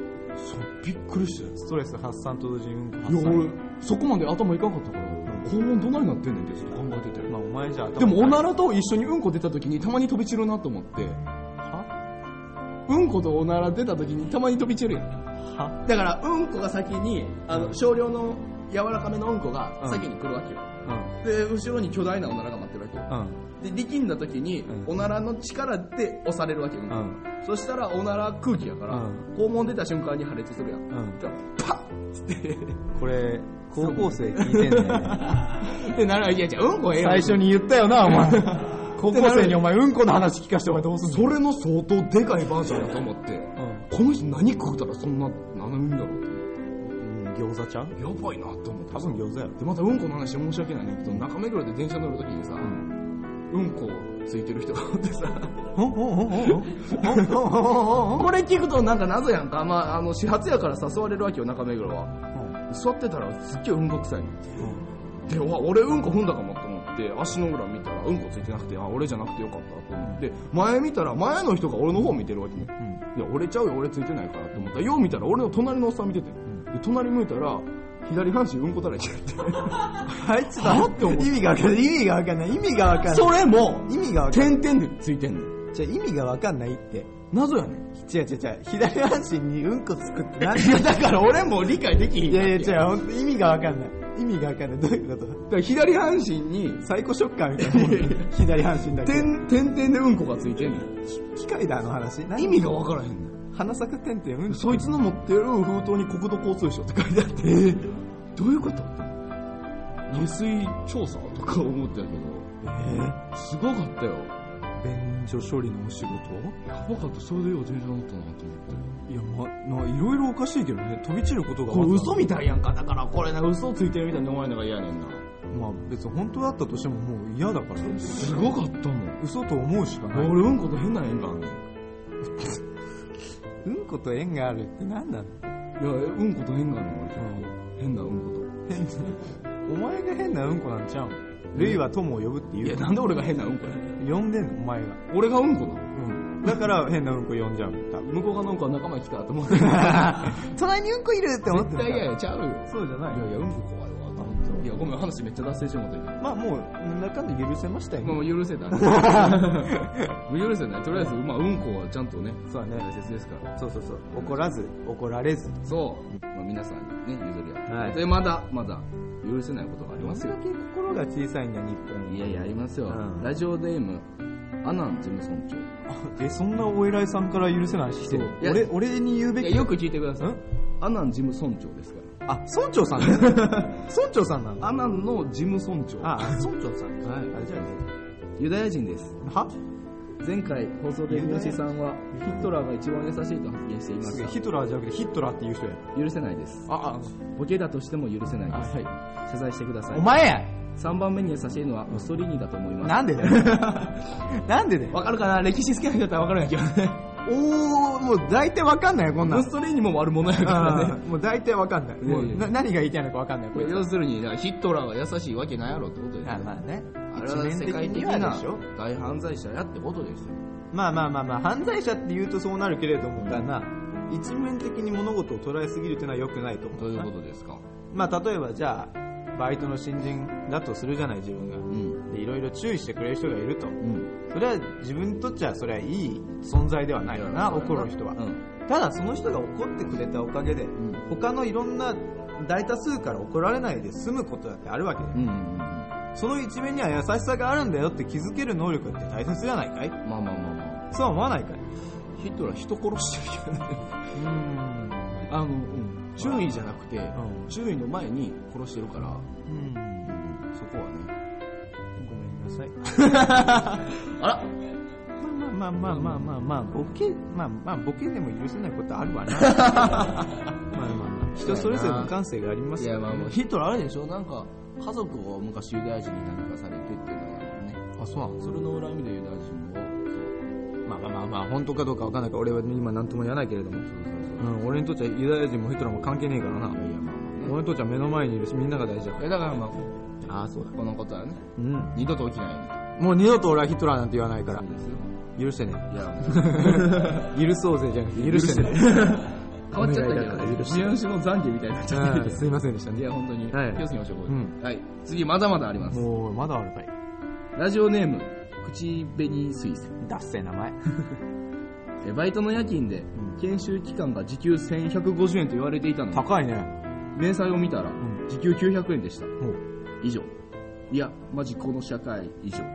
そうびっくりして、 ストレス発散と同時にうんこ発散。 いや俺そこまで頭いかんかったから、肛門どないなってんねんってずっと考えてて、 まあお前じゃでもおならと一緒にうんこ出た時にたまに飛び散るなと思って、はうんことおなら出た時にたまに飛び散るやん。はだからうんこが先にあの少量の柔らかめのうんこが先に来るわけよ、うん、で後ろに巨大なおならが待ってるわけよ、うん、で力んだ時に、うん、おならの力で押されるわけよ、うん、そしたらおなら空気やから、うん、肛門出た瞬間に破裂するやん、うん、パッってこれ高校生聞いてんねでなら、いやじゃうんこええやん最初に言ったよなお前高校生にお前うんこの話聞かしてお前どうすんの。 それの相当でかいバージョンだと思って、うん、この人何食うたらそんな何なんだろうって、 餃子ちゃう？ やばいなって思って。 多分餃子やろ。 でまたうんこの話申し訳ないねんけど、中目黒で電車乗るときにさ、うん、うんこついてる人がおってさこれ聞くとなんか謎やんか、まあ、あの始発やからさ座れるわけよ中目黒は、うん、座ってたらすっげえうんこ臭いの、うん、でわ俺うんこ踏んだかもと思って足の裏見たらうんこついてなくて、あ俺じゃなくてよかったと思って、前見たら前の人が俺の方見てるわけね、うん、いや俺ちゃうよ俺ついてないからって思ったら、よう見たら俺の隣のおっさん見てて、で隣向いたら左半身うんこだらけやってあいつだって思う。意味がわかんない意味がわかんない意味がわかんない。 それも意味がわかんない。 点々でついてんの。 じゃあ意味がわかんないって謎やねん。 違う違う違う、左半身にうんこつくって何？ いやだから俺も理解できひん。 いやいや違う、ほんと意味がわかんない。 意味がわかんない。どういうこと？だから左半身にサイコショッカーみたいなもん。左半身だけ。 点、点々でうんこがついてんねん。 機械だ、あの話。 意味がわからへんねん。 花咲く点々うんこ。 そいつの持ってる封筒に国土交通省って書いてあって、えー、どういうこと下水調査とか思ったけど、えー、すごかったよ。 便所処理のお仕事やばかった。それでよう電車乗ったなと思って。 いや、ま、まあ、いろいろおかしいけどね。飛び散ることが。 これ嘘みたいやんか。だからこれな、嘘ついてるみたいに思われるのが嫌やねんな。 まあ別に本当だったとしてももう嫌だから。 すごかったもん。 嘘と思うしかない。 俺うんこと変な縁があんねん。 うんこと縁があるって何なの？ いや、うんこと変なの俺ちょっと。変なうんこと。 変な。お前が変なうんこなんちゃうん？ルイは友を呼ぶって言う。 いや、なんで俺が変なうんこや？ 呼んでんのお前が。 俺がうんこなの？ うん。だから変なうんこ呼んじゃう。 向こう側のうんこは仲間に来たと思って。 隣にうんこいるって思ってた。絶対嫌や、ちゃうよ。 そうじゃない。 いやいや、うんこ怖いわ。いや、ごめん、話めっちゃ脱線してもらったけど。 まあもう、中で許せましたよ。 もう許せた。もう許せない。とりあえず、まあ、うんこはちゃんとね、 そうだね。 大切ですから。 そうそうそう。怒らず、怒られず。 そう。まあ、皆さんにね、譲り合って。 はい。 で、まだ、まだ、許せないことがありますよ。 どれだけ心が小さいんだ、日本。 いやいや、ありますよ。 うん、 ラジオネーム、アナン事務村長。 え、そんなお偉いさんから許せない話してる？俺、俺に言うべき。 よく聞いてください。アナン事務村長ですから。 あ、村長さんね。村長さんなの？ アナンの事務村長。 あ、村長さん。 はい。 あれじゃあね。 ユダヤ人です。 は？ 前回放送で三好さんはヒトラーが一番優しいと発言していました。 ヒトラーじゃなくてヒットラーっていう人や。 許せないです。 あ、あ、 ボケだとしても許せないです。はい。謝罪してください。 お前や。 さんばんめに優しいのはムッソリーニだと思います。 なんでだよ。なんでだよ。 わかるかな？歴史好きな人だったらわかるんやけどね。 おー、もう大体わかんないよ、こんなん。 ムッソリーニも悪者やからね。 もう大体わかんない。もうな何が言いたいのかわかんない。 要するに、ヒトラーが優しいわけないやろってことですよ。 まあね。 あれは世界的な大犯罪者やってことですよ。 まあまあまあまあ、犯罪者って言うとそうなるけれども、だな、一面的に物事を捉えすぎるっていうのは良くないと思う。 どういうことですか？ まあ例えばじゃあ、バイトの新人だとするじゃない、自分が。うん。で、いろいろ注意してくれる人がいると。うん。それは自分にとっちゃそれはいい存在ではないよな、怒る人は。うん。ただその人が怒ってくれたおかげで、うん、他のいろんな大多数から怒られないで済むことだってあるわけで。うんうんうん。その一面には優しさがあるんだよって気づける能力って大切じゃないかい？まあまあまあまあ。そう思わないかい？ ヒトラー人殺してるけどね。うん。あの、うん。注意じゃなくて、うん、注意の前に殺してるから、うん、そこはね。 ごめんなさい。あらまあまあまあまあまあまあ、ボケ、まあまあボケでも許せないことあるわな。まあまあまあ、人それぞれの感性がありますよね。いやまあもうヒトラーあれでしょ、なんか家族を昔ユダヤ人に何かされてっていうのはね。あ、そうなの？それの恨みでユダヤ人を、まあまあまあまあ、本当かどうかわかんないから俺は今何とも言わないけれども。そうそうそう。うん、俺にとってはユダヤ人もヒトラーも関係ねえからな。いやまあまあね。俺にとっては目の前にいるしみんなが大事だから。だからまあ、ああそうだ。このことはね。うん。二度と起きないように。もう二度と俺はヒトラーなんて言わないから。そうですよ。許してね。いや、許そうぜじゃなくて許してね。変わっちゃったけどね。日本酒の懺悔みたいになっちゃったけど。すいませんでしたね。いや本当に。はい。気をつけましょう。うん。はい。次まだまだあります。もうまだあるかい。ラジオネーム口紅水星。ダッセー名前。バイトの夜勤で研修期間が時給せんひゃくごじゅうえんと言われていたので、高いね。明細を見たら時給きゅうひゃくえんでした。以上。いやマジこの社会以上。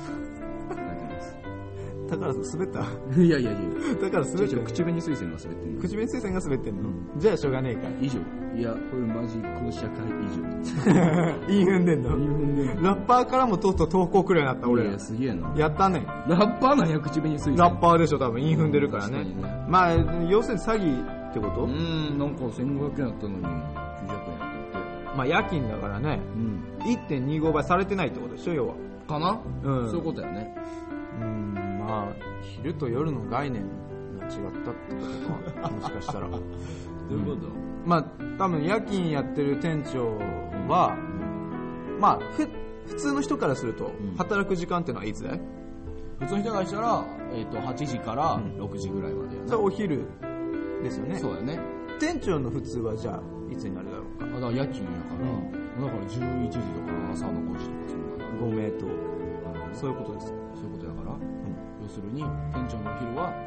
だから滑った。いやいやいや。だから滑ってる。口紅水仙が滑ってる。口紅水仙が滑ってんの、うん、じゃあしょうがねえか。以上。いや、これマジこの社会以上。言い踏んでんの。言い踏んでんの。ラッパーからもとうとう投稿くるようになった俺ら。いや、すげえな。やったね。ラッパーなんや、口紅水仙。ラッパーでしょ、多分。言い踏んでるからね。うん、ねまあ、要するに詐欺ってことうーん、なんかせんごひゃくえんやったのにきゅうひゃくえんやってて。まあ夜勤だからね。うん。いってんにご 倍されてないってことでしょ、要は。かなうん。そういうことやね。うん。まあ、昼と夜の概念が違ったってことかもしかしたらどういうこと、うん、まあ多分夜勤やってる店長は、うん、まあふ普通の人からすると働く時間ってのはいつだい？普通の人からしたら、えー、とはちじからろくじぐらいまでやな、うん、それお昼ですよね。そうだよね。店長の普通はじゃあいつになるだろうか。あだから夜勤やから、うん、だからじゅういちじとか朝のごじとかそんなご名とそういうことです。そういうことやから要するに店長のお昼は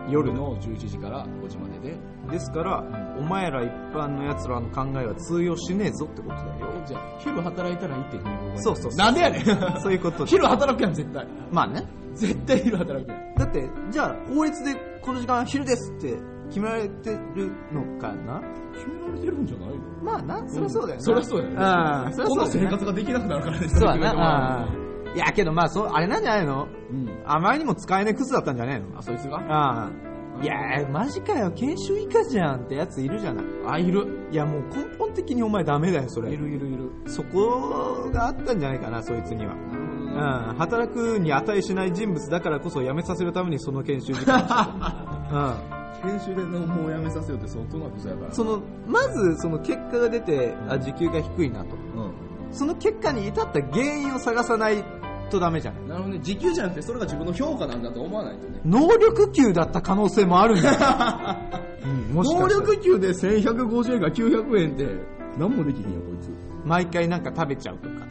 夜のじゅういちじからごじまでで。 ですから、うん、お前ら一般の奴らの考えは通用しねえぞってことだよ。 じゃあ、昼働いたらいいってにご。 そうそうそう。 なんでやねんそういうこと。 昼働くやん、絶対。 まあね。 絶対昼働くやん。 だって、じゃあ、法律でこの時間は昼ですって決められてるのかな？ 決められてるんじゃないの？ まあな、そりゃそうだよね。 そりゃそうだよね。 ああ、 この生活ができなくなるからね。 そうだな。いや、けどまあ、そう、あれなんじゃないの？ うん。 あまりにも使えないクズだったんじゃないの？ あ、そいつが？ ああ。いやー、マジかよ、研修以下じゃんってやついるじゃない。 あ、いる。 いや、もう根本的にお前ダメだよ、それ。 いるいるいる。 そこがあったんじゃないかな、そいつには。なるほどね。うん。働くに値しない人物だからこそ辞めさせるためにその研修時間うん。研修でのもう辞めさせようって相当なことやから。 その、まず、その結果が出て、あ、時給が低いなと。 うん。 その結果に至った原因を探さないとダメじゃない。 なるほどね。時給じゃなくてそれが自分の評価なんだと思わないとね。 能力給だった可能性もあるんだよ、 うん、もしか能力給でせんひゃくごじゅうえんかきゅうひゃくえんって何もできへんよこいつ。 毎回なんか食べちゃうとか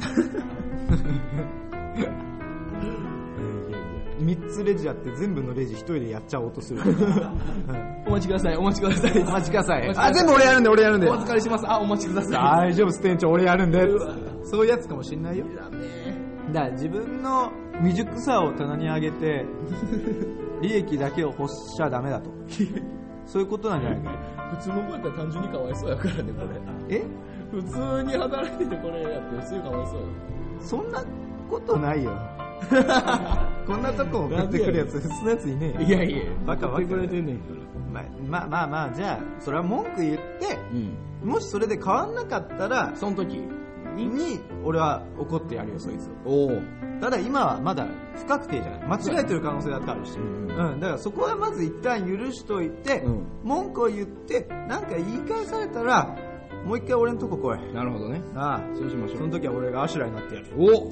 みっつレジあって全部のレジ一人でやっちゃおうとするお待ちくださいお待ちくださいお待ちくださいあ全部俺やるんで俺やるんでお預かりしますあお待ちください大丈夫店長俺やるんでそういうやつかもしんないよ。だから自分の未熟さを棚に上げて利益だけを欲しちゃダメだとそういうことなんじゃないか。 普通の子やったら単純にかわいそうやからねこれ。え普通に働いててこれやって普通にかわいそうよ。 そんなことないよこんなとこ送ってくるやつ普通のやついねえよ。 いやいやバカバカ送ってくれてんねんから。 まあまあまあまあじゃあそれは文句言って、うん、もしそれで変わんなかったらその時に俺は怒ってやるよそいつを。おただ今はまだ不確定じゃない。間違えてる可能性だってあるし、うんうん、だからそこはまず一旦許しといて、うん、文句を言ってなんか言い返されたらもう一回俺のとこ来い。 なるほどね。 ああそうしましょう。 その時は俺がアシュラになってやる。 お、うん、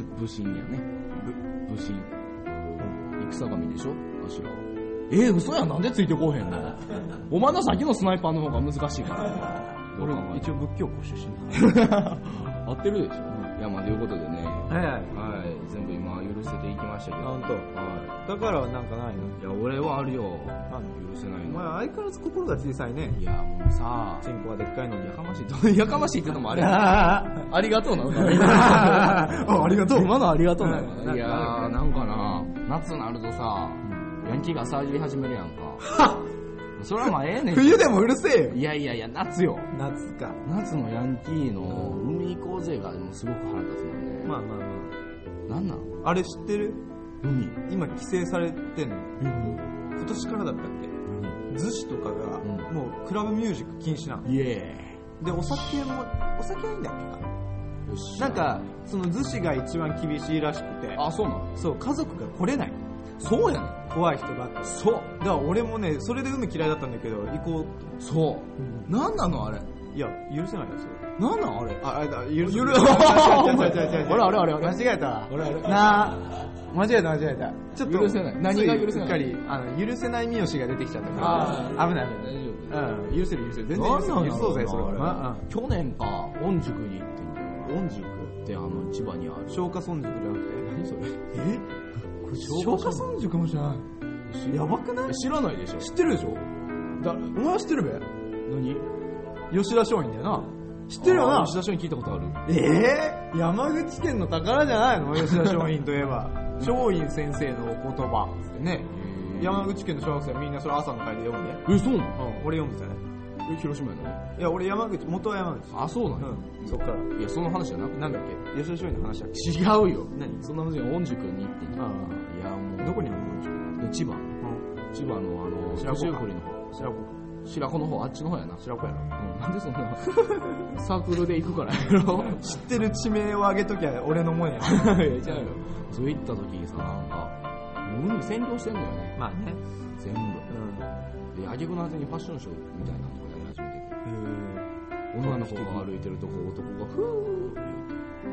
武神やね。武武神、うん、戦神でしょアシュラは。えー、嘘やん。なんでついてこうへんのお前の先のスナイパーの方が難しいから俺一応仏教校出身合ってるでしょ、うん、いやまあということでねはいはい、 はい、全部今許せていきましたけど。 本当。はい。だからはなんかないの？ いや俺はあるよ。許せないの。 お前相変わらず心が小さいね。 いやもうさチンコはでっかいのにやかましいやかましいってのもあれありがとうなのあありがとう今のありがとうなのいやーなんかな夏になるとさヤンキーが騒ぎ始めるやんかそれはまあええねん。 冬でもうるせえよ。 いやいやいや夏よ。 夏か。 夏のヤンキーの海行こうぜがもうすごく腹立つのね。 まあまあまあ。なんなんあれ知ってる？ 海。 今規制されてんの。今年からだったっけ？逗子とかが、うん、もうクラブミュージック禁止なの。 イエーイ。でお酒もお酒はいいんだっけか。よし。なんかその逗子が一番厳しいらしくて。 あ、そうなの？ そう家族が来れない。 そうやねん。 怖い人ばっかり。 そう。 だから俺もね、それで海嫌いだったんだけど、行こう。 そう。うん、なんなのあれ。 いや、許せないよ、それ。 なんなんあれ。 あ、あれだ、許せない。 許せない。 あれあれあれ。 間違えたわ。 あれあれ。 なあ。間違えた間違えた。 ちょっと。許せない。何が許せない？ うっかり、あの、許せない三好が出てきちゃったから。ああ。危ない危ない。大丈夫。うん。許せる許せる。全然許せる。許そうぜ、それは。 去年か、御宿に行ってんだよ。 御宿ってあの、千葉にある。 松下村宿じゃなくて。 何それえ松下村宿も知らない。やばくない？ 知らないでしょ。 知ってるでしょ。だ、お前は知ってるべ？ 何？ 吉田松陰だよな。知ってるよな。 吉田松陰聞いたことある。 えー、山口県の宝じゃないの？吉田松陰といえば。松陰先生のお言葉ってね。山口県の小学生はみんなそれ朝の会で読んで。 え、そうなの？ うん、俺読んでたね。 え、広島やの？ いや、俺山口、元は山口。 あ、そうなの？ うん、そっから。 いや、その話じゃなくて。 なんだっけ？吉田松陰の話だっけ？ 違うよ。 何？ そんな話が御宿に行ってんじゃん。ああ。いや、もう。 どこにあるの？御宿？ 千葉。千葉のあの、 白子九里の方。 白子。 白子の方、あっちの方やな。 白子やろ。 うん、なんでそんな、サークルで行くからやろ。 知ってる地名を挙げときゃ俺のもんや。 いや、違うよ。そう行った時にさ、なんか、もう海占領してんだよね。 まあね。 全部。うん。で、あげくの果てにファッションショーみたいなとこやり始めてて。へ女の子が歩いてるとこ、男がふーって言うて。うん、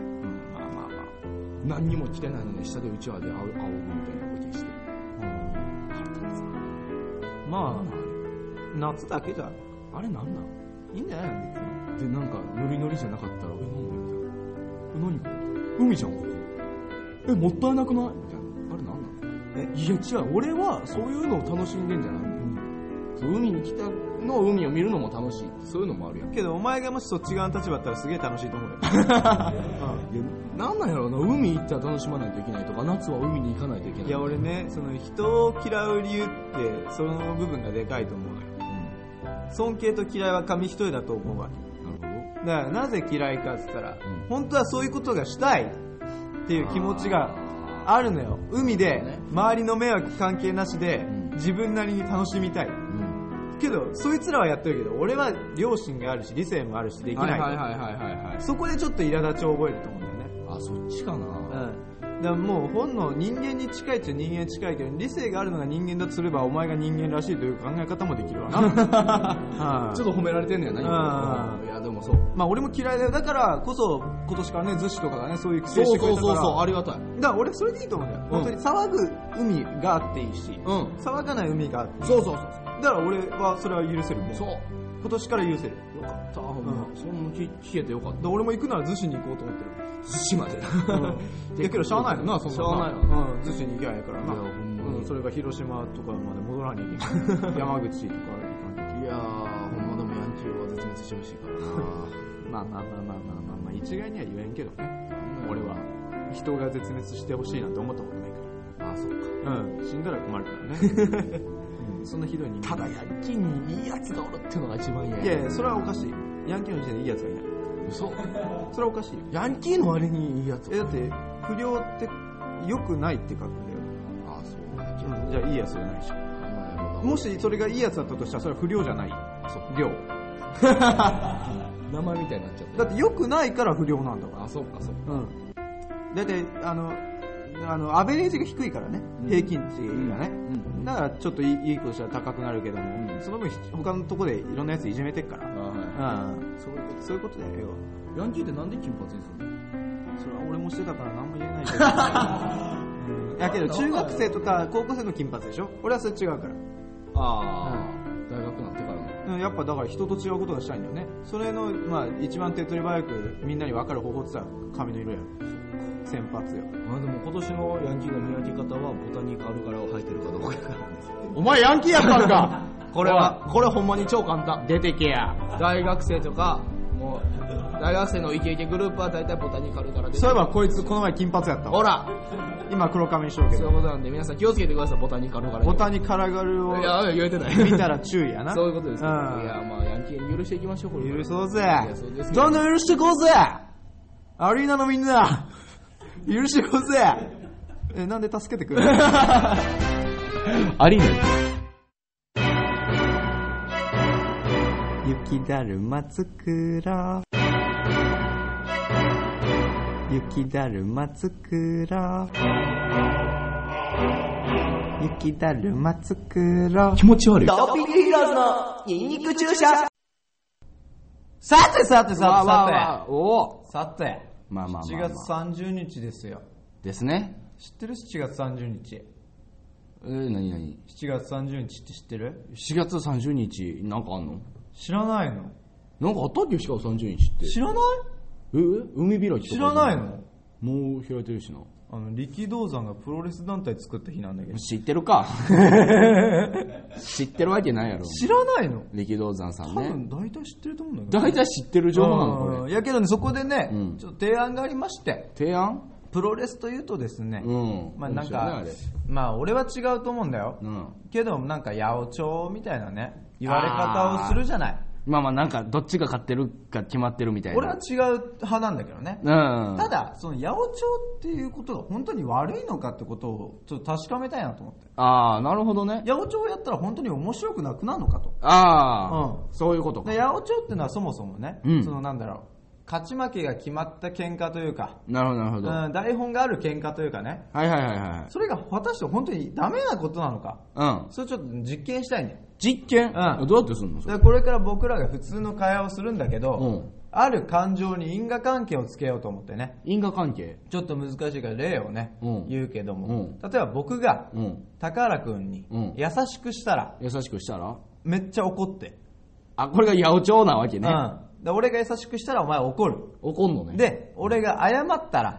まあまあまあ。何にも着てないのに下でうちわで仰ぐみたいなことして。 まあ、夏だけじゃあれなんなん？ いいんじゃないの別に。で、なんか、ノリノリじゃなかったら、え、なんでみたいな。え、何ここ？海じゃん、ここ。え、もったいなくないみたいな。あれなんなん？ えいや違う、俺はそういうのを楽しんでんじゃない、うん、そう海に来たの海を見るのも楽しい、そういうのもあるやん。 けどお前がもしそっち側の立場だったらすげえ楽しいと思うよ。うん、いやなんなんやろうな、海行ったら楽しまないといけないとか、夏は海に行かないといけない。 いや俺ね、その人を嫌う理由ってその部分がでかいと思うのよ。うん、尊敬と嫌いは紙一重だと思うわけ。なるほど。だからなぜ嫌いかって言ったら、うん、本当はそういうことがしたいっていう気持ちがあるのよ。海で周りの迷惑関係なしで自分なりに楽しみたい、うん、けどそいつらはやってるけど俺は良心があるし理性もあるしできない。 はいはいはいはいはい。 そこでちょっと苛立ちを覚えると思うんだよね。 あ、そっちかな。うん。 だからもう本能、人間に近いっちゃ人間に近いけど、理性があるのが人間だとすればお前が人間らしいという考え方もできるわな。 はあ、ちょっと褒められてんねやな、今。いやでもそう。 まあ俺も嫌いだよ。だからこそ今年からね、逗子とかがね、そういう規制してくれたから。 そうそうそうそう、ありがたい。 だから俺それでいいと思うんだよ。うん、本当に騒ぐ海があっていいし、うん、騒がない海があっていい。 そうそうそう。 だから俺はそれは許せる。 そう。 今年から許せる。 よかった。ほんま。そんな聞けてよかった。 俺も行くなら逗子に行こうと思ってる。 逗子まで。 いやけどしゃあないよな、そんな。 しゃあないよ。 うん、逗子に行けばいいからな。うん、それが広島とかまで戻らに行け山口とか行かんと。 いやー、ほんまでもヤンキーは絶滅してほしいからな。 まあまあまあまあまあまあまあ、一概には言えんけどね。俺は人が絶滅してほしいなんて思ったことないから。 ああ、そうか。 うん、死んだら困るからね。そんなひどい人間。 ただヤンキーにいいやつがおるってのが一番嫌や。 いやいや、それはおかしい。ヤンキーの時点でいいやつがいない。 嘘。 それはおかしいよ。 ヤンキーの割にいいやつ。 え、だって不良って良くないって書くんだよ。 ああ、そうか。 うん、じゃあいいやつじゃないし。もしそれがいいやつだったとしたらそれは不良じゃない。そう、良。 名前みたいになっちゃった。 だって良くないから不良なんだから。 あ、そうかそうか。 うん。だってあの。あのアベレージが低いからね、うん、平均値がね、うん、だからちょっといい、いいことしたら高くなるけども、うん、その分他のとこでいろんなやついじめてっから、あ、はい、うん、そういうこと、そういうことだよ。 ヤンキーってなんで金髪にするの？ それは俺もしてたから何も言えないけど、うん、やけど中学生とか高校生の金髪でしょ。俺はそれ違うから。 ああ、うん、大学になってからの、 うん、やっぱだから人と違うことがしたいんだよね。それのまあ一番手っ取り早くみんなに分かる方法って言ったら髪の色や。先発よ。 あ、でも今年のヤンキーの見分け方はボタニカル柄を履いてるかどうかなんです。 お前ヤンキーやったんか。 これはこれほんまに超簡単。 出てけや。 大学生とかもう大学生のイケイケグループは大体ボタニカル柄で。 そういえばこいつこの前金髪やったわ。 ほら。 今黒髪にしようけど。 そういうことなんで皆さん気をつけてください。ボタニカル柄。 ボタニカル柄を。 いや言えてない。 見たら注意やな。 そういうことです。いやまあヤンキーに許していきましょう。これ許そうぜ。どんどん許していこうぜ。アリーナのみんな。許してこうぜ。え、なんで助けてくれる？ ありね。 雪だるま作ろう。雪だるま作ろう。雪だるま作ろう。 気持ち悪い。 ドッピングヒーローズのニンニク注射。 さてさてさてさて。 おお。 さて。 まあまあまあまあ、 しちがつさんじゅうにちですよ。 ですね。 知ってる？しちがつさんじゅうにち。 えー、何何？ しちがつさんじゅうにちって知ってる？ しちがつさんじゅうにちなんかあんの？ 知らないの？ なんかあったっけ？しちがつさんじゅうにちって。 知らない？ え海開きとか知らないの？ もう開いてるしな。 あの力道山がプロレス団体作った日なんだけど。 知ってるか。知ってるわけないやろ。 知らないの？ 力道山さんね。 多分大体知ってると思うんだけど。 大体知ってる情報なのこれ。 いやけどね、そこでね、うん、ちょっと提案がありまして。 提案？ プロレスというとですね、 うん、 まあなんか、ね、まあ俺は違うと思うんだよ。うん、けどなんか八百長みたいなね、言われ方をするじゃない。 まあまあなんかどっちが勝ってるか決まってるみたいな。 俺は違う派なんだけどね、うん、ただその八百長っていうことが本当に悪いのかってことをちょっと確かめたいなと思って。 ああなるほどね。 八百長をやったら本当に面白くなくなるのかと。 ああ、うん、そういうことか。 八百長ってのはそもそもね、うん、そのなんだろう、勝ち負けが決まった喧嘩というか、 なるほどなるほど、 うん、台本がある喧嘩というかね、 はいはいはいはい、 それが果たして本当にダメなことなのか、うん、それちょっと実験したいね。 実験？うん、どうやってするの？ だからこれから僕らが普通の会話をするんだけど、うん、ある感情に因果関係をつけようと思ってね。 因果関係？ ちょっと難しいから例をね、うん、言うけども、うん、例えば僕が、うん、高原くんに優しくしたら、 優しくしたらめっちゃ怒って、 あ、これが八百長なわけね。 うん、で俺が優しくしたらお前怒る。 怒んのね。 で俺が謝ったら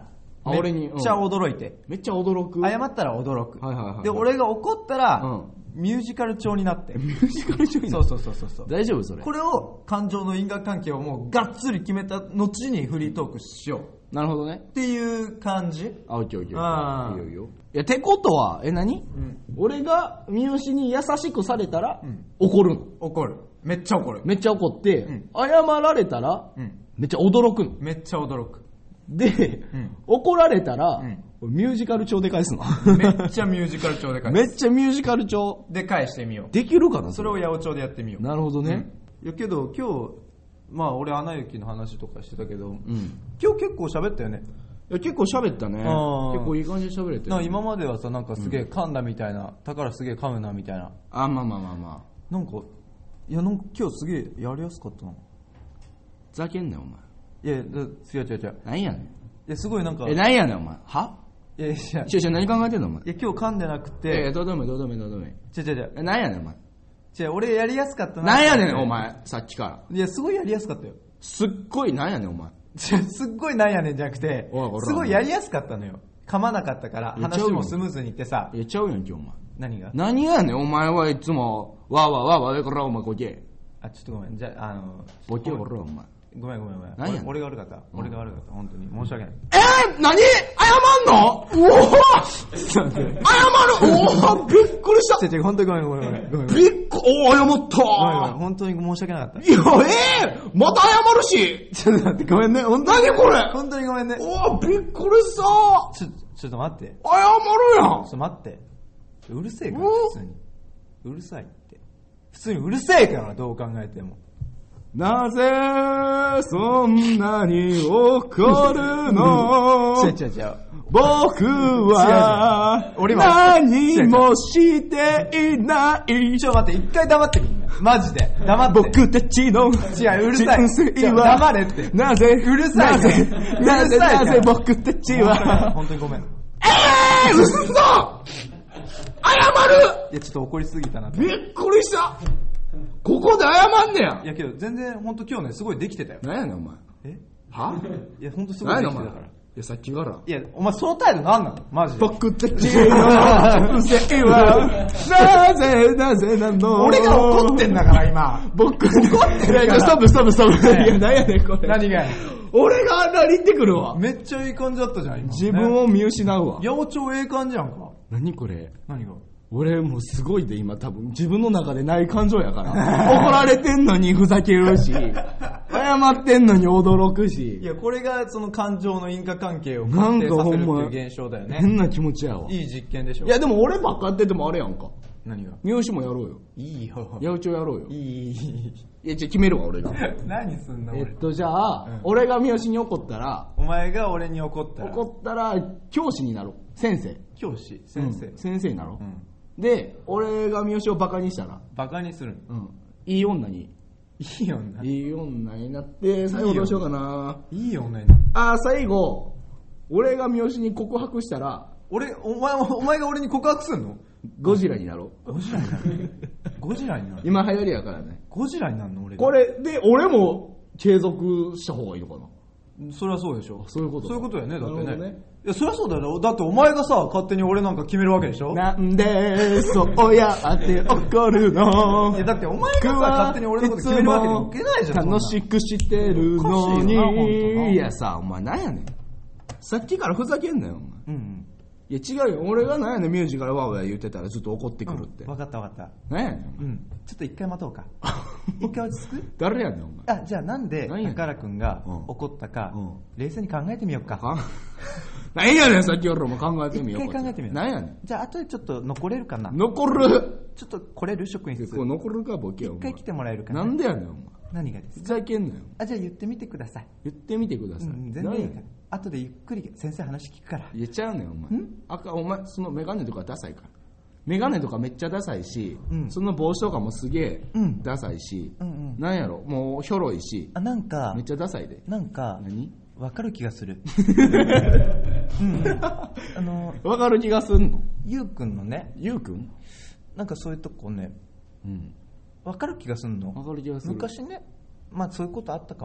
めっちゃ驚いて。 めっちゃ驚く。 謝ったら驚く。 はいはいはい。 で、俺が怒ったら、うん、ミュージカル調になって。 ミュージカル調になって。 そうそうそうそう。 大丈夫それ。 これを感情の因果関係をもうがっつり決めた後にフリートークしよう。なるほどね。 っていう感じ。 あ、オッケーオッケー。ああ。いいよいいよ。いや、てことは、え、何、うん、俺が三好に優しくされたら、うん、怒るの。 怒る。めっちゃ怒る。 めっちゃ怒って、うん、謝られたら、うん、めっちゃ驚くの。 めっちゃ驚く。 で、うん、怒られたら、うん、ミュージカル調で返すの。 めっちゃミュージカル調で返す。 めっちゃミュージカル調で返してみよう。 できるかなそれを八百長でやってみよう。 なるほどね。 うん、いやけど今日、まあ俺アナ雪の話とかしてたけど、うん、今日結構喋ったよね。 いや結構喋ったね。結構いい感じで喋れてる、 ね。今まではさ、なんかすげえ噛んだみたいな、だからすげえ噛むなみたいな。 あ、まあまあまあまあ。なんか、いやなんか今日すげえやりやすかったな。 ざけんなよお前。いや、違う違う違う。 なんやねん。いやすごいなんか。 え、なんやねんお前。はいやいや。 違う違う、何考えてんのお前。 いや今日噛んでなくて。 いやどうでもいいどうでもいいどうでもいい。 違う違う違う。 え、なんやねんお前。 違う、俺やりやすかったな。 なんやねんお前、さっきから。 いやすごいやりやすかったよ。 すっごいなんやねんお前。 すっごいなんやねんじゃなくて、すごいやりやすかったのよ。噛まなかったから話もスムーズにいってさ。 言っちゃうやん今日お前。 何が何やねんお前はいつもわーわーわーわーでこらお前こけ。 あ、ちょっとごめん。じゃあ、あのボケこらお前。 ごめんごめんごめん。何や俺が悪かった。俺が悪かった。本当に申し訳ない。 えー、何謝んのうおー謝るおーびっくりした。 違う違う、本当にごめんごめんごめん。ごめんびっくおー謝った。 ごめんごめん、本当に申し訳なかった。 いや、えー、また謝るし。 ちょっと待って、ごめんね。本当に何これ本当にごめんね。 おーびっくりした。 ちょ、ちょっと待って。 謝るやん。 ちょっと待って。うるせえから、普通に。うるさいって。普通にうるせえから、どう考えても。 なぜそんなに怒るの違う違う違う。 僕は何もしていない。 ちょっと待って、一回黙ってくんね。マジで。黙って。 僕たちの違う、うるさい。黙れって。 なぜうるさい。 なぜなぜなぜ僕たちは。 本当にごめん。 えー、嘘だ謝る。 いや、ちょっと怒りすぎたな。 びっくりした。ここで謝んねや。 いやけど全然本当今日ねすごいできてたよ。 なんやねんお前。 え？ はいや本当すごいできてたから。いやさっきから。 いやお前その態度なんなのマジで。 僕たちの不正はなぜなぜなの。 俺が怒ってんだから今。 僕怒ってるから。ストップストップストップ。いやなんやねんこれ。 何が？ 俺があんなに言ってくるわ。 めっちゃいい感じだったじゃん今。 自分を見失うわ。 八百長ええ感じやんか。 何これ？ 何が？ 俺もうすごいで今多分自分の中でない感情やから怒られてんのにふざけるし謝ってんのに驚くし。 いやこれがその感情の因果関係を確定させるっていう現象だよね。 変な気持ちやわ。 いい実験でしょ。 いやでも俺ばっかやっててもあれやんか。 何が？ 三好もやろうよ。 いいよ。 八百長やろうよ。 いい。 いやじゃあ決めるわ俺が。 何すんの俺。 えっとじゃあ、うん、俺が三好に怒ったら。 お前が俺に怒ったら。 怒ったら教師になろう。先生。 教師先生、うん、 先生になろう。うんで、俺が三好をバカにしたらバカにするうん。いい女に。 いい女いい女になって、最後どうしようかな。 いい女になって。 あー、最後、俺が三好に告白したら、 俺、お前、お前が俺に告白すんの？ ゴジラになろう。ゴジラになるゴジラになる今流行りやからね。 ゴジラになるの俺が。 これ、で、俺も継続した方がいいのかな。 そりゃそうでしょ。 そういうことそういうことやね。だってね。ねいや、そりゃそうだよ。だってお前がさ、勝手に俺なんか決めるわけでしょ。 なんで、そうやって怒るの。 いや、だってお前がさ、勝手に俺のこと決めるわけにもいけないじゃん。 楽しくしてるのに。いやさ、お前なんやねん。さっきからふざけんなよ、お前。うん、うん。いや違うよ。俺がなんやねんミュージカルワーワー言ってたらずっと怒ってくるって。 うん、分かった分かった。 なんやねん。 うん。ちょっと一回待とうか。一回落ち着く？ 誰やねんお前。 あ、じゃあなんで高原くんが怒ったか、うん、冷静に考えてみようか。 なんやねんさっき俺も考えてみようか。 一回考えてみよう。 なんやねん。 じゃあ後でちょっと残れるかな。 残る。 ちょっと来れる職員室。 こう残るかボケよ。 一回来てもらえるかな。 なんでやねんお前。 何がですか？ ふざけんなよ。 あ、じゃあ言ってみてください。 言ってみてください。うん、全然いいから。後でゆっくり先生話聞くから。 言っちゃうねんお前。ん？あかお前そのメガネとかダサいから。メガネとかめっちゃダサいし、うん、その帽子とかもすげえダサいし、うんうん、なんやろもうひょろいし、 あなんかめっちゃダサいで。 なんか何？ わかる気がする。うん、あのわかる気がすんの？ ゆうくんのね。 ゆうくん？ なんかそういうとこね。うん。わかる気がすんの？ わかる気がする。 昔ね、まあそういうことあったかも。